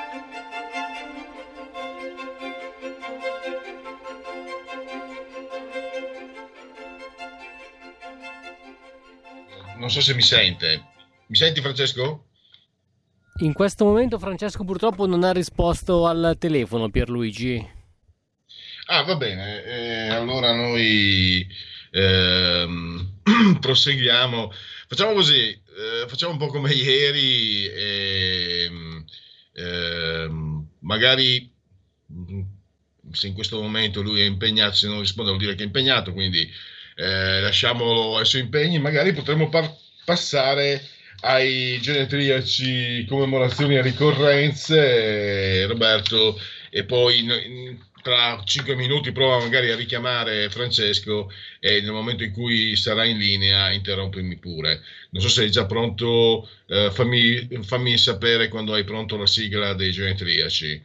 Non so se mi sente. Mi senti, Francesco? In questo momento Francesco purtroppo non ha risposto al telefono, Pierluigi. Ah, va bene. Eh, allora noi ehm, proseguiamo. Facciamo così, eh, facciamo un po' come ieri e eh, magari se in questo momento lui è impegnato, se non risponde vuol dire che è impegnato, quindi eh, lasciamolo ai suoi impegni, magari potremmo par- passare ai genetriaci, commemorazioni e ricorrenze, eh, Roberto, e poi in, tra cinque minuti prova magari a richiamare Francesco e nel momento in cui sarà in linea interrompimi pure. Non so se sei già pronto, eh, fammi, fammi sapere quando hai pronto la sigla dei genetriaci.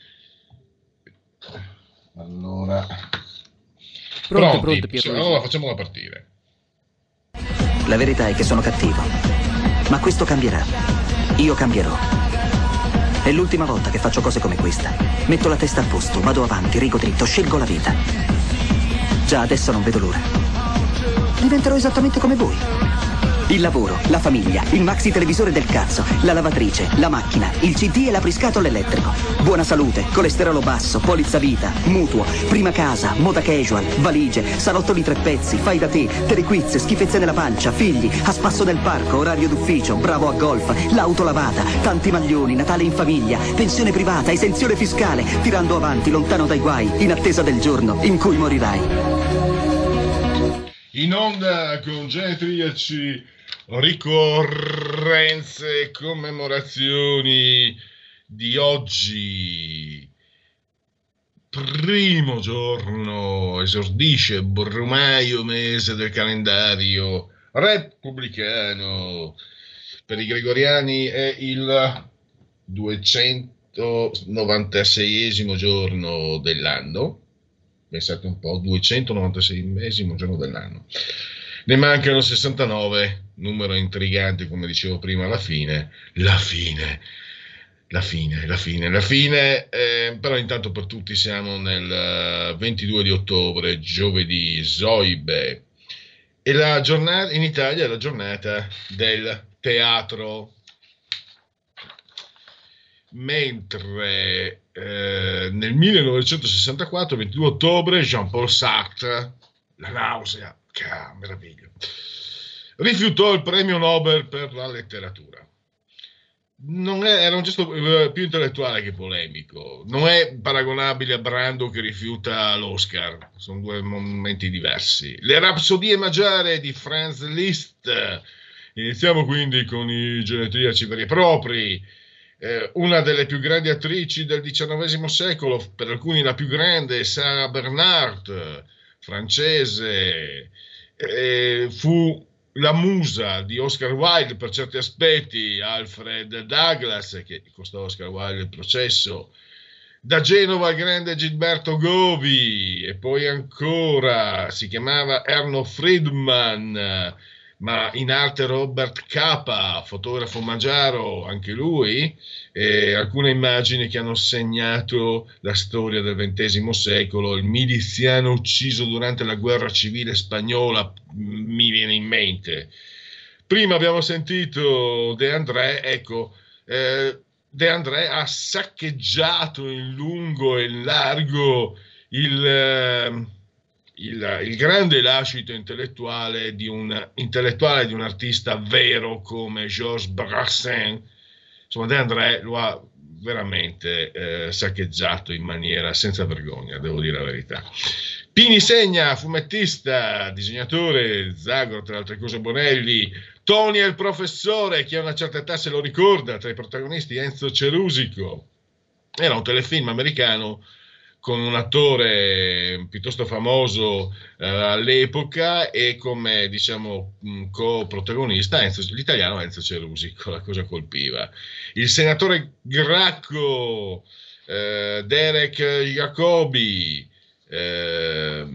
Allora, pronto, pronti? pronto, Se no, facciamola partire. La verità è che sono cattivo, ma questo cambierà. Io cambierò. È l'ultima volta che faccio cose come questa. Metto la testa a posto, vado avanti, rigo dritto, scelgo la vita. Già adesso non vedo l'ora. Diventerò esattamente come voi. Il lavoro, la famiglia, il maxi televisore del cazzo, la lavatrice, la macchina, il C D e l'apriscatole elettrico. Buona salute, colesterolo basso, polizza vita, mutuo, prima casa, moda casual, valigie, salottoli tre pezzi, fai da te, telequiz, schifezze nella pancia, figli, a spasso nel parco, orario d'ufficio, bravo a golf, l'auto lavata, tanti maglioni, Natale in famiglia, pensione privata, esenzione fiscale, tirando avanti, lontano dai guai, in attesa del giorno in cui morirai. In onda con genetriaci, ricorrenze, commemorazioni di oggi, primo giorno, esordisce brumaio, mese del calendario repubblicano. Per i gregoriani è il duecentonovantaseiesimo giorno dell'anno. Pensate un po', duecentonovantaseiesimo giorno dell'anno. Ne mancano sessantanove, numero intrigante, come dicevo prima, alla fine, la fine, la fine, la fine, la fine, eh, però intanto per tutti siamo nel ventidue di ottobre, giovedì, Zoibe, e la giornata, in Italia è la giornata del teatro. Mentre eh, nel millenovecentosessantaquattro, ventidue ottobre, Jean-Paul Sartre, La nausea, che meraviglia, rifiutò il premio Nobel per la letteratura. Non è, era un gesto più intellettuale che polemico. Non è paragonabile a Brando che rifiuta l'Oscar, sono due momenti diversi. Le Rapsodie Magiare di Franz Liszt. Iniziamo quindi con i genetriaci veri e propri. Eh, una delle più grandi attrici del diciannovesimo secolo, per alcuni la più grande, Sarah Bernhardt, francese, eh, fu la musa di Oscar Wilde per certi aspetti, Alfred Douglas, che costò a Oscar Wilde il processo, da Genova il grande Gilberto Govi, e poi ancora si chiamava Erno Friedman, ma in arte Robert Capa, fotografo magiaro anche lui, e alcune immagini che hanno segnato la storia del ventesimo secolo. Il miliziano ucciso durante la guerra civile spagnola mi viene in mente. Prima abbiamo sentito De André, ecco, eh, De André ha saccheggiato in lungo e in largo il... Eh, Il, il grande lascito intellettuale di un intellettuale di un artista vero come Georges Brassens. Insomma, De André lo ha veramente eh, saccheggiato in maniera senza vergogna, devo dire la verità. Pini Segna, fumettista, disegnatore, Zagro, tra le altre cose Bonelli. Tony è il professore, chi ha una certa età se lo ricorda, tra i protagonisti Enzo Cerusico. Era un telefilm americano con un attore piuttosto famoso eh, all'epoca e come, diciamo, co-protagonista Enzo, l'italiano Enzo Cerusico. La cosa colpiva. Il senatore Gracco, eh, Derek Jacobi, eh,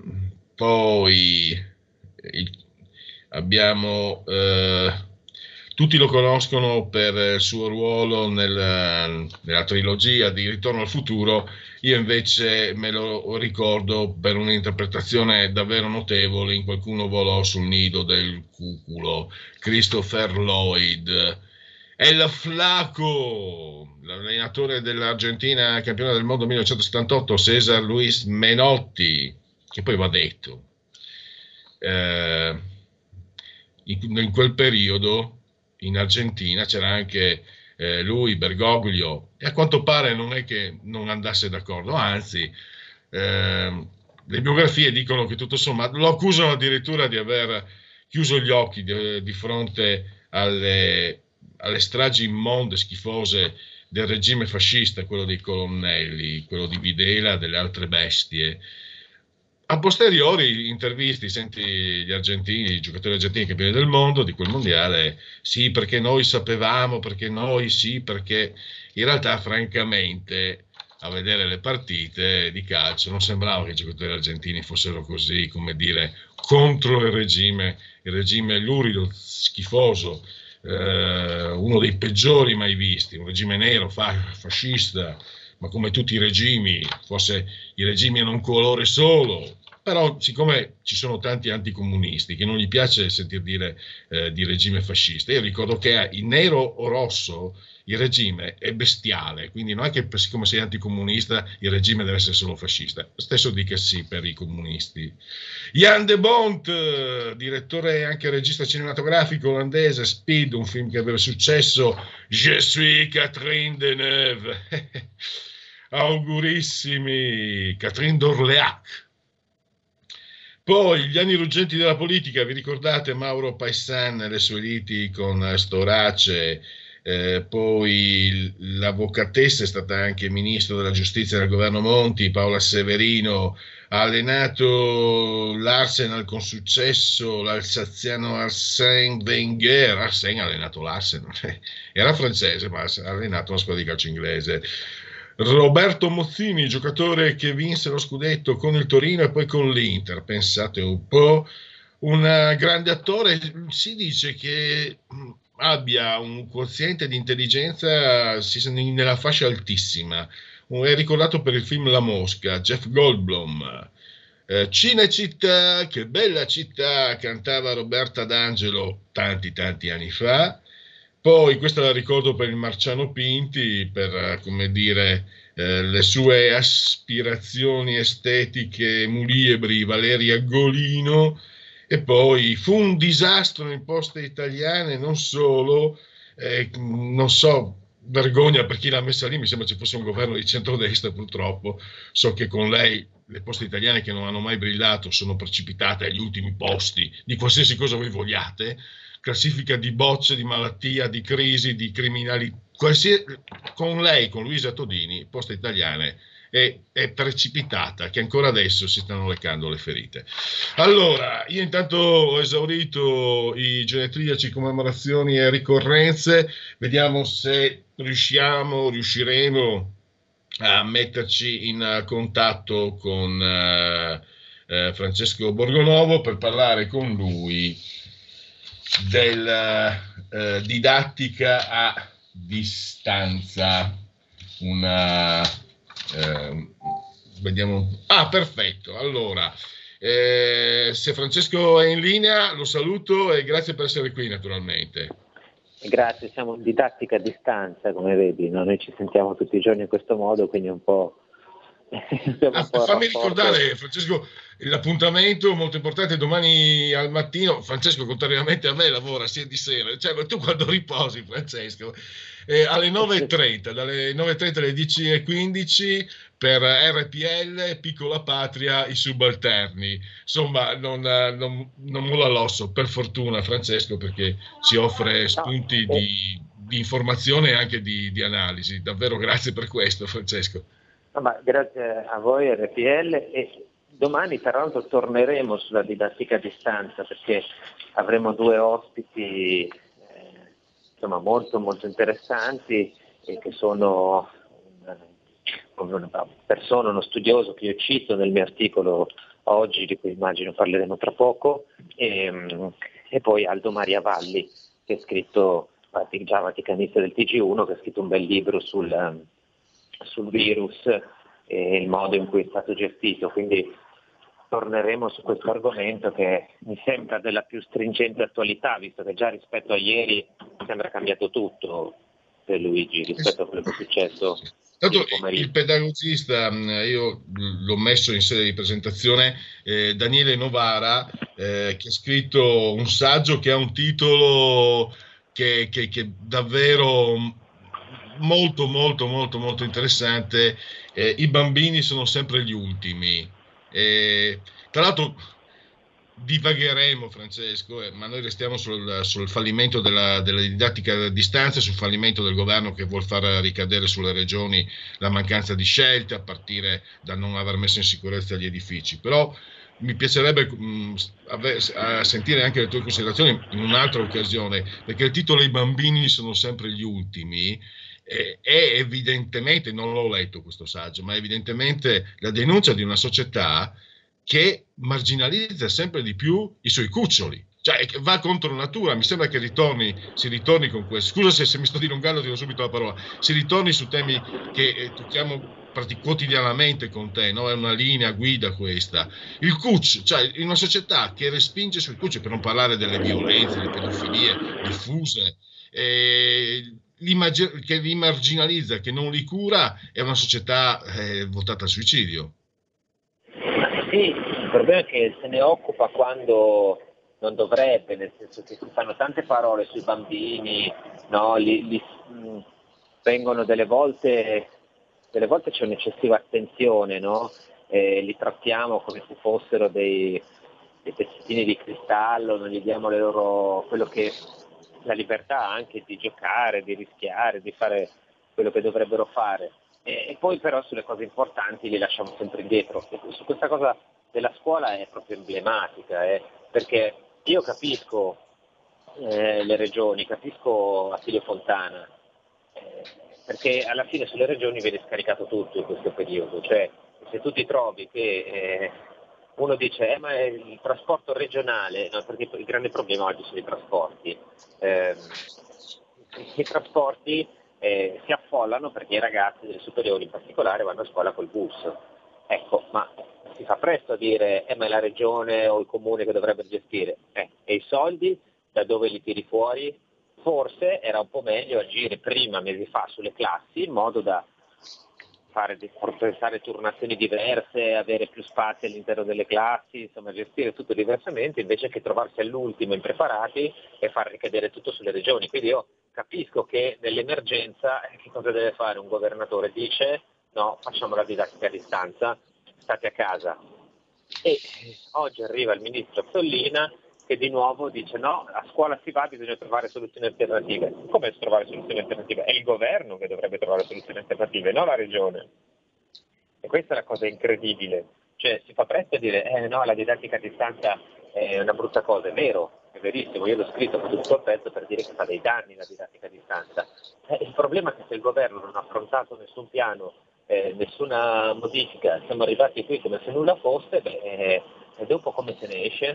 poi il, abbiamo eh, tutti lo conoscono per il suo ruolo nel, nella trilogia di Ritorno al futuro, io invece me lo ricordo per un'interpretazione davvero notevole in Qualcuno volò sul nido del cuculo, Christopher Lloyd. El Flaco, l'allenatore dell'Argentina campione del mondo millenovecentosettantotto, César Luis Menotti, che poi va detto, eh, in, in quel periodo in Argentina c'era anche eh, lui, Bergoglio, e a quanto pare non è che non andasse d'accordo, anzi eh, le biografie dicono che tutto sommato lo accusano addirittura di aver chiuso gli occhi di, di fronte alle, alle stragi immonde, schifose del regime fascista, quello dei colonnelli, quello di Videla, delle altre bestie. A posteriori intervisti, senti gli argentini, i giocatori argentini campioni del mondo di quel mondiale, sì perché noi sapevamo, perché noi sì perché in realtà francamente a vedere le partite di calcio non sembrava che i giocatori argentini fossero così, come dire, contro il regime, il regime lurido, schifoso, eh, uno dei peggiori mai visti, un regime nero, fa- fascista, ma come tutti i regimi, forse i regimi hanno un colore solo. Però siccome ci sono tanti anticomunisti che non gli piace sentir dire eh, di regime fascista, io ricordo che in nero o rosso il regime è bestiale, quindi non è che siccome sei anticomunista il regime deve essere solo fascista, stesso dica sì per i comunisti. Jan de Bont, direttore e anche regista cinematografico olandese, Speed, un film che aveva successo, Je suis Catherine Deneuve, augurissimi, Catherine d'Orléac. Poi gli anni ruggenti della politica, vi ricordate Mauro Paissan e le sue liti con Storace, eh, poi l'avvocatessa è stata anche ministro della giustizia del governo Monti, Paola Severino, ha allenato l'Arsenal con successo, l'alsaziano Arsène Wenger, Arsène ha allenato l'Arsenal, era francese ma ha allenato una squadra di calcio inglese. Roberto Mozzini, giocatore che vinse lo scudetto con il Torino e poi con l'Inter, pensate un po', un grande attore, si dice che abbia un quoziente di intelligenza nella fascia altissima, è ricordato per il film La Mosca, Jeff Goldblum. Eh, Cinecittà, che bella città, cantava Roberta D'Angelo tanti tanti anni fa. Poi questa la ricordo per il Marciano Pinti, per, come dire, eh, le sue aspirazioni estetiche muliebri, Valeria Golino, e poi fu un disastro nelle poste italiane, non solo, eh, non so, vergogna per chi l'ha messa lì, mi sembra ci fosse un governo di centrodestra purtroppo, so che con lei le poste italiane che non hanno mai brillato sono precipitate agli ultimi posti di qualsiasi cosa voi vogliate, classifica di bocce, di malattia, di crisi, di criminalità, qualsiasi, con lei, con Luisa Todini, Poste Italiane è, è precipitata, che ancora adesso si stanno leccando le ferite. Allora, io intanto ho esaurito i genetriaci, commemorazioni e ricorrenze, vediamo se riusciamo, riusciremo a metterci in contatto con uh, uh, Francesco Borgonovo per parlare con lui della eh, didattica a distanza. Una eh, vediamo. Ah, perfetto. Allora, eh, se Francesco è in linea, lo saluto e grazie per essere qui, naturalmente. Grazie, siamo in didattica a distanza, come vedi, no? Noi ci sentiamo tutti i giorni in questo modo, quindi un po'. Ah, fammi ricordare, Francesco, l'appuntamento molto importante domani al mattino. Francesco, contrariamente a me, lavora sia di sera, cioè tu quando riposi, Francesco, eh, alle nove e trenta, dalle nove e trenta alle dieci e quindici per R P L, Piccola Patria, i subalterni. Insomma, non, non, non molla l'osso, per fortuna, Francesco, perché ci offre spunti di, di informazione e anche di, di analisi. Davvero grazie per questo, Francesco. No, ma grazie a voi R P L, e domani tra l'altro torneremo sulla didattica a distanza perché avremo due ospiti eh, insomma molto molto interessanti e che sono una, una persona, uno studioso che io cito nel mio articolo oggi, di cui immagino parleremo tra poco, e, e poi Aldo Maria Valli, che è scritto, già vaticanista del T G uno, che ha scritto un bel libro sul, sul virus e il modo in cui è stato gestito, quindi torneremo su questo argomento che mi sembra della più stringente attualità, visto che già rispetto a ieri mi sembra cambiato tutto per Luigi rispetto a quello che è successo. Tanto il pedagogista, io l'ho messo in sede di presentazione, eh, Daniele Novara, eh, che ha scritto un saggio che ha un titolo che, che, che davvero molto molto molto molto interessante. Eh, I bambini sono sempre gli ultimi. Eh, tra l'altro divagheremo, Francesco, eh, ma noi restiamo sul, sul fallimento della, della didattica a distanza, sul fallimento del governo che vuol far ricadere sulle regioni la mancanza di scelte, a partire dal non aver messo in sicurezza gli edifici. Però mi piacerebbe mh, ave- a sentire anche le tue considerazioni in un'altra occasione, perché il titolo "I bambini sono sempre gli ultimi" è evidentemente, non l'ho letto questo saggio, ma evidentemente la denuncia di una società che marginalizza sempre di più i suoi cuccioli, cioè va contro natura. Mi sembra che ritorni, si ritorni con questo. Scusa se, se mi sto dilungando, ti do subito la parola. Si ritorni su temi che eh, tocchiamo quotidianamente con te, no? È una linea guida questa. Il cuccio, cioè in una società che respinge sui cuccioli, per non parlare delle violenze, delle pedofilie diffuse, eh, che li marginalizza, che non li cura, è una società eh, votata al suicidio. Sì, il problema è che se ne occupa quando non dovrebbe, nel senso che si fanno tante parole sui bambini, no? Li, li, mh, vengono delle volte, delle volte c'è un'eccessiva attenzione, no? E li trattiamo come se fossero dei, dei pezzettini di cristallo, non gli diamo le loro, quello che la libertà anche di giocare, di rischiare, di fare quello che dovrebbero fare. E, e poi però sulle cose importanti li lasciamo sempre indietro. E su questa cosa della scuola è proprio emblematica, eh, perché io capisco eh, le regioni, capisco Attilio Fontana, eh, perché alla fine sulle regioni viene scaricato tutto in questo periodo, cioè se tu ti trovi che eh, uno dice eh, ma è il trasporto regionale, no, perché il grande problema oggi sono i trasporti, eh, i trasporti eh, si affollano perché i ragazzi delle superiori in particolare vanno a scuola col bus. Ecco, ma si fa presto a dire eh, ma è la regione o il comune che dovrebbe gestire, eh, e i soldi da dove li tiri fuori? Forse era un po' meglio agire prima, mesi fa, sulle classi, in modo da fare pensare turnazioni diverse, avere più spazi all'interno delle classi, insomma gestire tutto diversamente, invece che trovarsi all'ultimo impreparati e far ricadere tutto sulle regioni. Quindi io capisco che nell'emergenza che cosa deve fare un governatore? Dice no, facciamo la didattica a distanza, state a casa. E oggi arriva il ministro Zollina che di nuovo dice no, a scuola si va, bisogna trovare soluzioni alternative. Come trovare soluzioni alternative? È il governo che dovrebbe trovare soluzioni alternative, non la regione. E questa è la cosa incredibile. Cioè si fa presto a dire eh no, la didattica a distanza è una brutta cosa. È vero, è verissimo, io l'ho scritto con tutto il pezzo per dire che fa dei danni la didattica a distanza. Eh, il problema è che se il governo non ha affrontato nessun piano, eh, nessuna modifica, siamo arrivati qui come se nulla fosse, beh, eh, e dopo come se ne esce?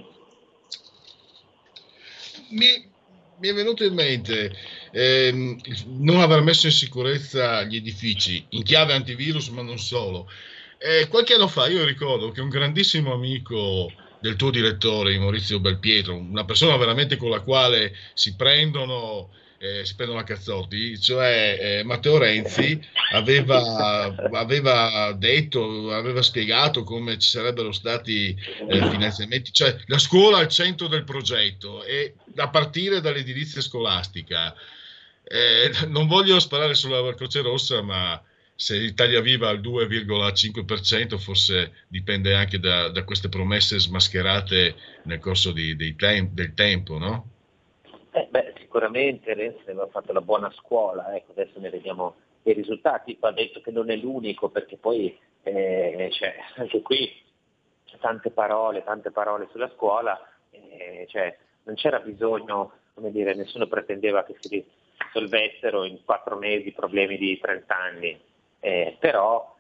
Mi, mi è venuto in mente ehm, non aver messo in sicurezza gli edifici in chiave antivirus, ma non solo. Eh, qualche anno fa io ricordo che un grandissimo amico del tuo direttore, Maurizio Belpietro, una persona veramente con la quale si prendono eh, si prendono a cazzotti, cioè eh, Matteo Renzi aveva, aveva detto, aveva spiegato come ci sarebbero stati eh, finanziamenti, cioè la scuola al centro del progetto e a partire dall'edilizia scolastica. Eh, non voglio sparare sulla Croce Rossa, ma se Italia Viva al due virgola cinque per cento forse dipende anche da, da queste promesse smascherate nel corso di, dei tem- del tempo, no? Eh, beh, sicuramente Renzi aveva fatto la buona scuola, ecco, adesso ne vediamo i risultati. Va detto che non è l'unico, perché poi eh, cioè, anche qui tante parole, tante parole sulla scuola, eh, cioè, non c'era bisogno, come dire, nessuno pretendeva che si risolvessero in quattro mesi i problemi di trenta anni, eh, però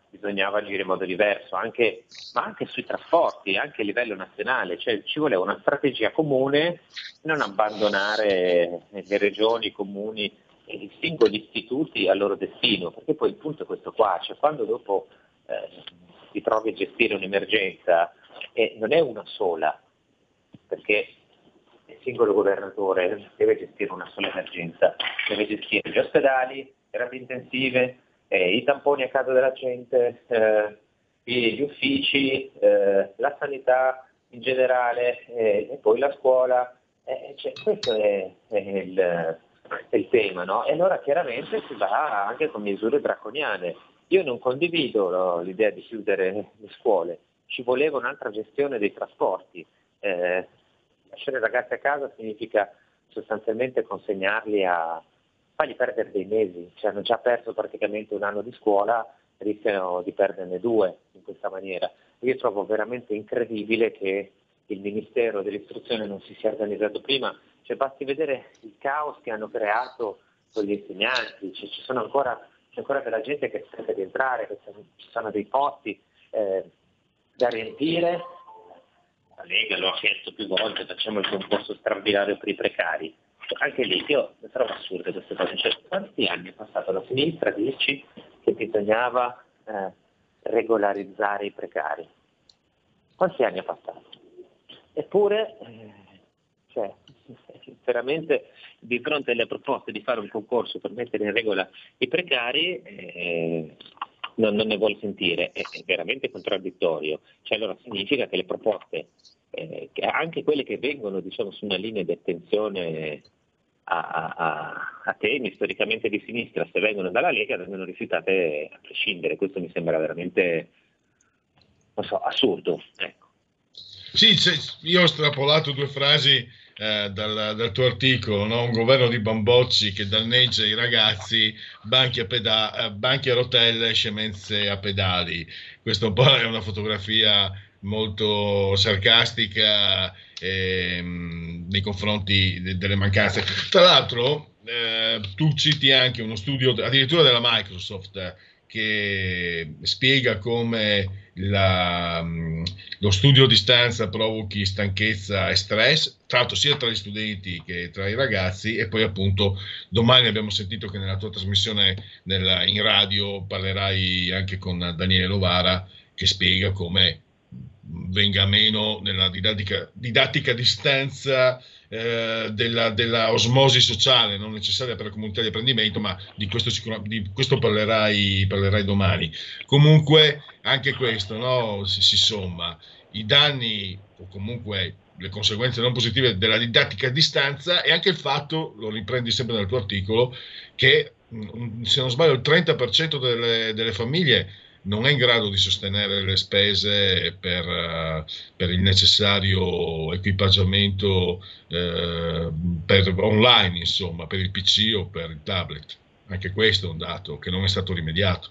bisognava agire in modo diverso, anche, ma anche sui trasporti, anche a livello nazionale, cioè ci voleva una strategia comune, non abbandonare le regioni, i comuni e i singoli istituti al loro destino, perché poi il punto è questo qua, cioè quando dopo eh, ti trovi a gestire un'emergenza, eh, non è una sola, perché il singolo governatore deve gestire una sola emergenza, deve gestire gli ospedali, le terapie intensive, eh, i tamponi a casa della gente, eh, gli uffici, eh, la sanità in generale eh, e poi la scuola. Eh, cioè, questo è, è, il, è il tema, no? E allora chiaramente si va anche con misure draconiane. Io non condivido no, l'idea di chiudere le scuole, ci voleva un'altra gestione dei trasporti. Eh, lasciare i ragazzi a casa significa sostanzialmente consegnarli a fargli perdere dei mesi, cioè hanno già perso praticamente un anno di scuola, rischiano di perderne due in questa maniera. Io trovo veramente incredibile che il Ministero dell'Istruzione non si sia organizzato prima, cioè basti vedere il caos che hanno creato con gli insegnanti, cioè, ci sono ancora, c'è ancora della gente che cerca di entrare, che ci sono dei posti eh, da riempire. La Lega lo ha chiesto più volte, facciamo il concorso straordinario per i precari. Anche lì io trovo assurde queste cose, cioè quanti anni è passato la sinistra a dirci che bisognava eh, regolarizzare i precari? Quanti anni è passato? Eppure, eh, cioè, veramente di fronte alle proposte di fare un concorso per mettere in regola i precari, eh, non, non ne vuole sentire, è, è veramente contraddittorio. Cioè, allora significa che le proposte, eh, che anche quelle che vengono diciamo su una linea di attenzione a, a, a temi storicamente di sinistra, se vengono dalla Lega vengono rifiutate a prescindere. Questo mi sembra veramente, non so, assurdo, ecco. Sì, io ho estrapolato due frasi eh, dal, dal tuo articolo, no? Un governo di bambocci che danneggia i ragazzi, banchi a, peda- banchi a rotelle, scemenze a pedali. Questa un po' è una fotografia molto sarcastica eh, nei confronti de- delle mancanze. Tra l'altro eh, tu citi anche uno studio addirittura della Microsoft eh, che spiega come la, lo studio a distanza provochi stanchezza e stress, tra l'altro sia tra gli studenti che tra i ragazzi. E poi appunto domani abbiamo sentito che nella tua trasmissione nella, in radio parlerai anche con Daniele Lovara, che spiega come venga meno nella didattica, didattica a distanza eh, della, della osmosi sociale non necessaria per la comunità di apprendimento, ma di questo, di questo parlerai, parlerai domani. Comunque anche questo no, si, si somma i danni o comunque le conseguenze non positive della didattica a distanza, e anche il fatto, lo riprendi sempre nel tuo articolo, che se non sbaglio il trenta per cento delle, delle famiglie non è in grado di sostenere le spese per, uh, per il necessario equipaggiamento uh, per online, insomma, per il P C o per il tablet. Anche questo è un dato che non è stato rimediato.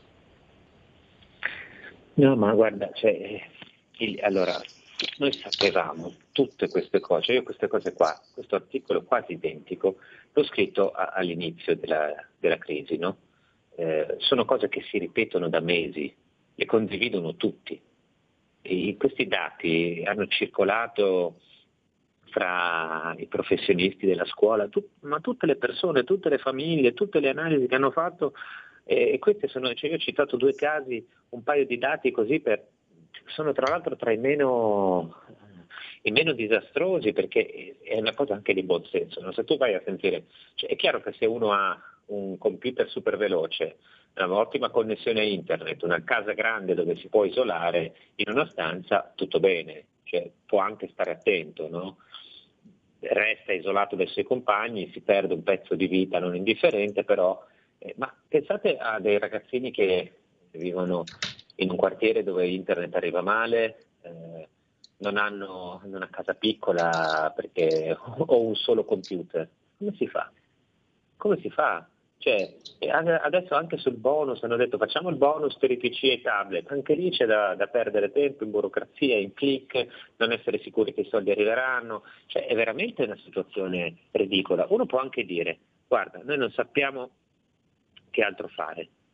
No, ma guarda, cioè, il, allora, noi sapevamo tutte queste cose, io queste cose qua, questo articolo quasi identico, l'ho scritto a, all'inizio della, della crisi, no? Eh, sono cose che si ripetono da mesi, le condividono tutti. E questi dati hanno circolato fra i professionisti della scuola, tu, ma tutte le persone, tutte le famiglie, tutte le analisi che hanno fatto, eh, e questi sono, cioè io ho citato due casi, un paio di dati così, per, sono tra l'altro tra i meno, i meno disastrosi, perché è una cosa anche di buon senso, no? Se tu vai a sentire, cioè è chiaro che se uno ha un computer super veloce, un'ottima connessione a internet, una casa grande dove si può isolare in una stanza, tutto bene, cioè può anche stare attento, no? Resta isolato dai suoi compagni, si perde un pezzo di vita non indifferente, però eh, ma pensate a dei ragazzini che vivono in un quartiere dove internet arriva male, eh, non hanno una casa piccola perché ho un solo computer, come si fa? Come si fa? Cioè, adesso anche sul bonus hanno detto facciamo il bonus per i P C e i tablet, anche lì c'è da, da perdere tempo in burocrazia, in click, non essere sicuri che i soldi arriveranno, cioè è veramente una situazione ridicola. Uno può anche dire guarda, noi non sappiamo che altro fare,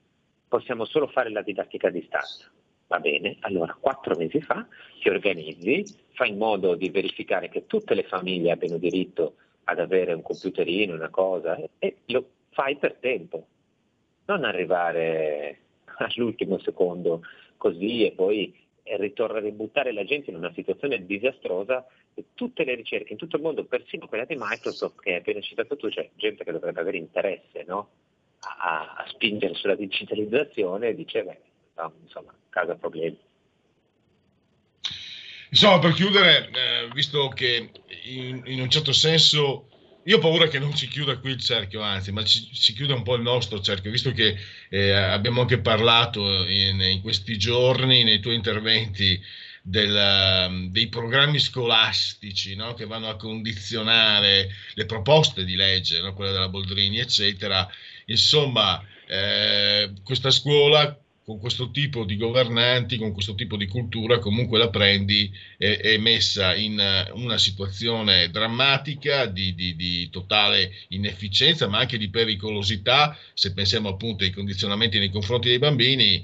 possiamo solo fare la didattica a distanza. Va bene, allora quattro mesi fa ti organizzi, fai in modo di verificare che tutte le famiglie abbiano diritto ad avere un computerino, una cosa, e lo fai per tempo, non arrivare all'ultimo secondo così e poi ritornare a ributtare la gente in una situazione disastrosa. E tutte le ricerche in tutto il mondo, persino quella di Microsoft che hai appena citato tu, cioè gente che dovrebbe avere interesse, no? a, a spingere sulla digitalizzazione, dice beh, insomma, causa problemi. Insomma, per chiudere, eh, visto che in, in un certo senso io ho paura che non si chiuda qui il cerchio, anzi, ma ci, si chiuda un po' il nostro cerchio, visto che eh, abbiamo anche parlato in, in questi giorni, nei tuoi interventi, del, dei programmi scolastici, no? Che vanno a condizionare le proposte di legge, no? Quella della Boldrini, eccetera. Insomma, eh, questa scuola con questo tipo di governanti, con questo tipo di cultura, comunque la prendi e è messa in una situazione drammatica di, di, di totale inefficienza, ma anche di pericolosità, se pensiamo appunto ai condizionamenti nei confronti dei bambini,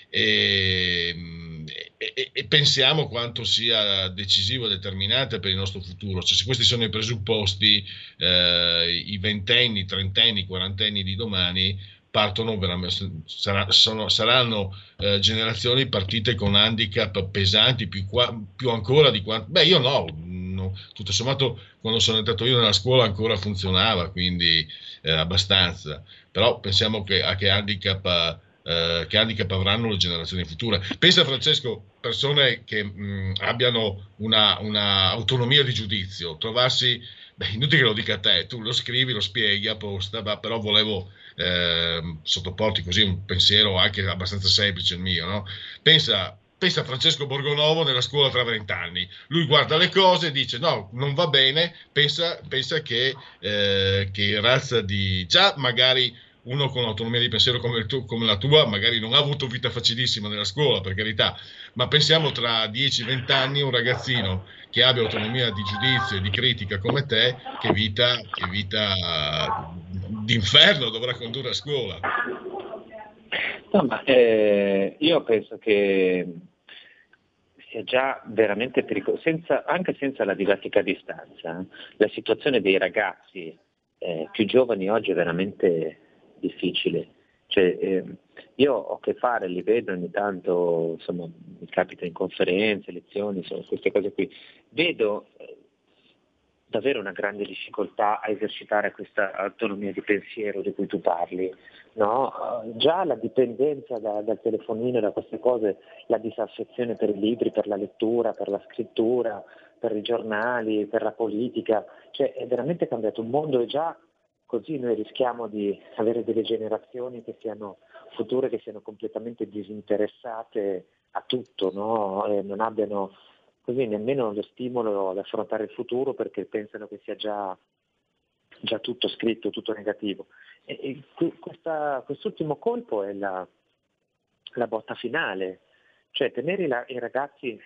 e, e, e pensiamo quanto sia decisivo e determinante per il nostro futuro. Cioè, se questi sono i presupposti, eh, i ventenni, trentenni, quarantenni di domani partono veramente, sarà, sono, saranno eh, generazioni partite con handicap pesanti, più, più ancora di quanto. Beh, io no, no, tutto sommato quando sono entrato io nella scuola ancora funzionava, quindi eh, abbastanza. Però pensiamo che, a che handicap, eh, che handicap avranno le generazioni future. Pensa, Francesco, persone che mh, abbiano una, una autonomia di giudizio, trovarsi, beh, inutile che lo dica a te, tu lo scrivi, lo spieghi apposta, ma però volevo Eh, sottoporti così un pensiero anche abbastanza semplice il mio, no? Pensa, pensa a Francesco Borgonovo nella scuola tra vent'anni, lui guarda le cose e dice no, non va bene, pensa, pensa che, eh, che razza di, già magari uno con autonomia di pensiero come, il tu, come la tua magari non ha avuto vita facilissima nella scuola, per carità, ma pensiamo tra dieci venti anni un ragazzino che abbia autonomia di giudizio e di critica come te, che vita, che vita d'inferno dovrà condurre a scuola. No, ma eh, io penso che sia già veramente pericoloso, senza, anche senza la didattica a distanza, la situazione dei ragazzi eh, più giovani oggi è veramente difficile. Cioè, eh, io ho a che fare, li vedo ogni tanto, insomma, mi capita in conferenze, lezioni, insomma, queste cose qui, vedo eh, davvero una grande difficoltà a esercitare questa autonomia di pensiero di cui tu parli, no? Uh, già la dipendenza da, dal telefonino, da queste cose, la disaffezione per i libri, per la lettura, per la scrittura, per i giornali, per la politica, cioè è veramente cambiato un mondo e già così noi rischiamo di avere delle generazioni che siano future, che siano completamente disinteressate a tutto, no? E non abbiano così nemmeno lo stimolo ad affrontare il futuro perché pensano che sia già, già tutto scritto, tutto negativo. E, e questa, quest'ultimo colpo è la, la botta finale, cioè tenere la, i ragazzi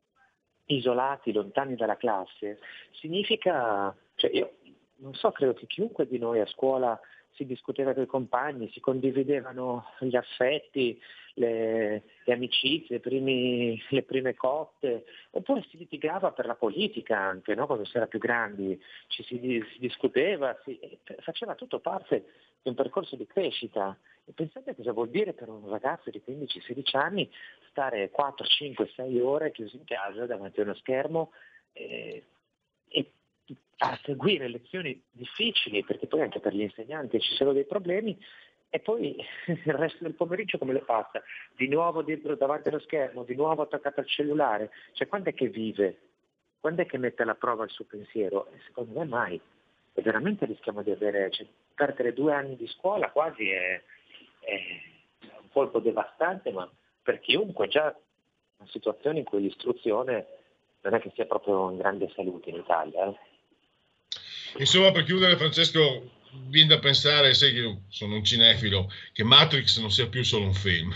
isolati, lontani dalla classe, significa, cioè io non so, credo che chiunque di noi a scuola si discuteva con i compagni, si condividevano gli affetti, le, le amicizie, primi, le prime cotte, oppure si litigava per la politica anche, no? Quando si era più grandi, ci si, si discuteva, si, faceva tutto parte di un percorso di crescita. E pensate cosa vuol dire per un ragazzo di quindici sedici anni stare quattro, cinque, sei ore chiuso in casa davanti a uno schermo eh, e a seguire lezioni difficili, perché poi anche per gli insegnanti ci sono dei problemi, e poi il resto del pomeriggio come lo passa? Di nuovo dietro davanti allo schermo, di nuovo attaccato al cellulare, cioè quando è che vive? Quando è che mette alla prova il suo pensiero? E secondo me mai. E veramente rischiamo di avere, cioè, perdere due anni di scuola quasi è, è un colpo devastante, ma per chiunque, già una situazione in cui l'istruzione non è che sia proprio in grande salute in Italia. Eh? Insomma, per chiudere, Francesco, viene da pensare, sai che io sono un cinefilo, che Matrix non sia più solo un film.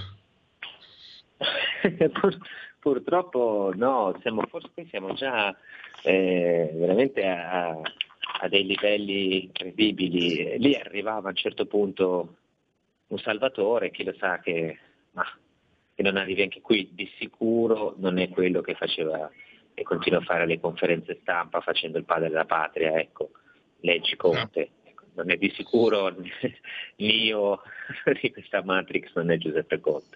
Pur, purtroppo no, siamo, forse siamo già eh, veramente a, a dei livelli incredibili. Lì arrivava a un certo punto un salvatore, chi lo sa che, ma, che non arrivi anche qui, di sicuro non è quello che faceva e continua a fare le conferenze stampa facendo il padre della patria, ecco, leggi Conte. Ecco, non è di sicuro l'io di questa Matrix, non è Giuseppe Conte.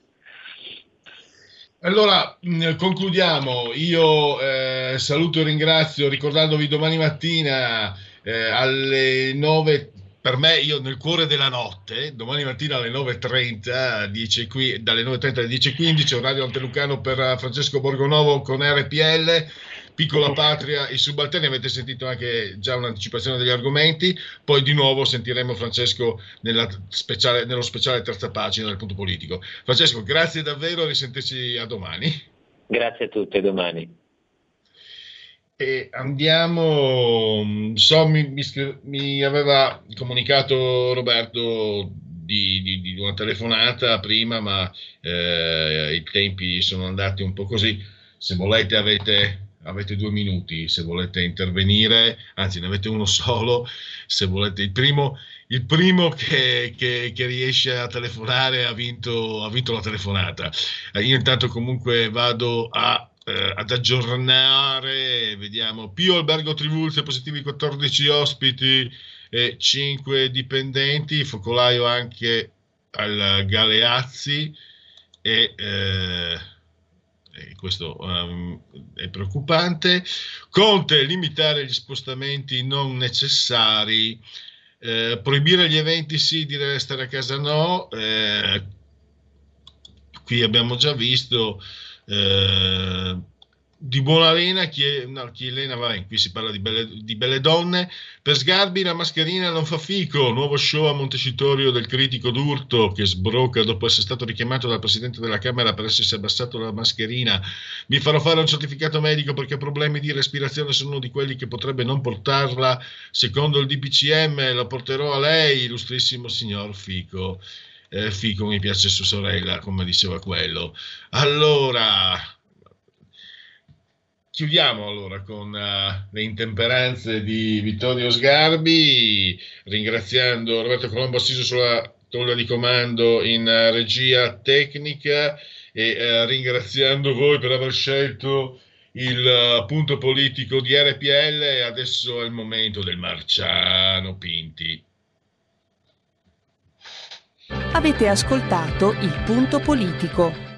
Allora, concludiamo. Io eh, saluto e ringrazio ricordandovi domani mattina eh, alle nove, per me, io nel cuore della notte, domani mattina alle nove e trenta, dieci, dalle nove e trenta alle dieci e quindici, Radio Antelucano per Francesco Borgonovo con R P L, Piccola Patria, i subalterni. Avete sentito anche già un'anticipazione degli argomenti, poi di nuovo sentiremo Francesco nella speciale, nello speciale terza pagina del Punto Politico. Francesco, grazie davvero, risentirci a domani. Grazie a tutti, a domani. E andiamo, so mi, mi, mi aveva comunicato Roberto di, di, di una telefonata prima, ma eh, i tempi sono andati un po' così. Se volete avete... Avete due minuti se volete intervenire, anzi ne avete uno solo, se volete. Il primo, il primo che, che, che riesce a telefonare ha vinto, ha vinto la telefonata. Io intanto comunque vado a, eh, ad aggiornare, vediamo. Pio Albergo Trivulzio, positivi quattordici ospiti e cinque dipendenti, focolaio anche al Galeazzi e... Eh, E questo um, è preoccupante. Conte, limitare gli spostamenti non necessari, eh, proibire gli eventi sì, dire restare a casa no. Eh, qui abbiamo già visto eh, di Buonalena, chi è, no, chi è Elena, vai, qui si parla di belle, di belle donne. Per Sgarbi la mascherina non fa fico, nuovo show a Montecitorio del critico d'urto che sbrocca dopo essere stato richiamato dal Presidente della Camera per essersi abbassato la mascherina. Mi farò fare un certificato medico perché ho problemi di respirazione, sono uno di quelli che potrebbe non portarla, secondo il D P C M lo porterò a lei, illustrissimo signor Fico. Eh, Fico mi piace sua sorella, come diceva quello. Allora... Chiudiamo allora con uh, le intemperanze di Vittorio Sgarbi, ringraziando Roberto Colombo assiso sulla tolla di comando in uh, regia tecnica e uh, ringraziando voi per aver scelto il uh, Punto Politico di R P L. E adesso è il momento del Marciano Pinti. Avete ascoltato il Punto Politico.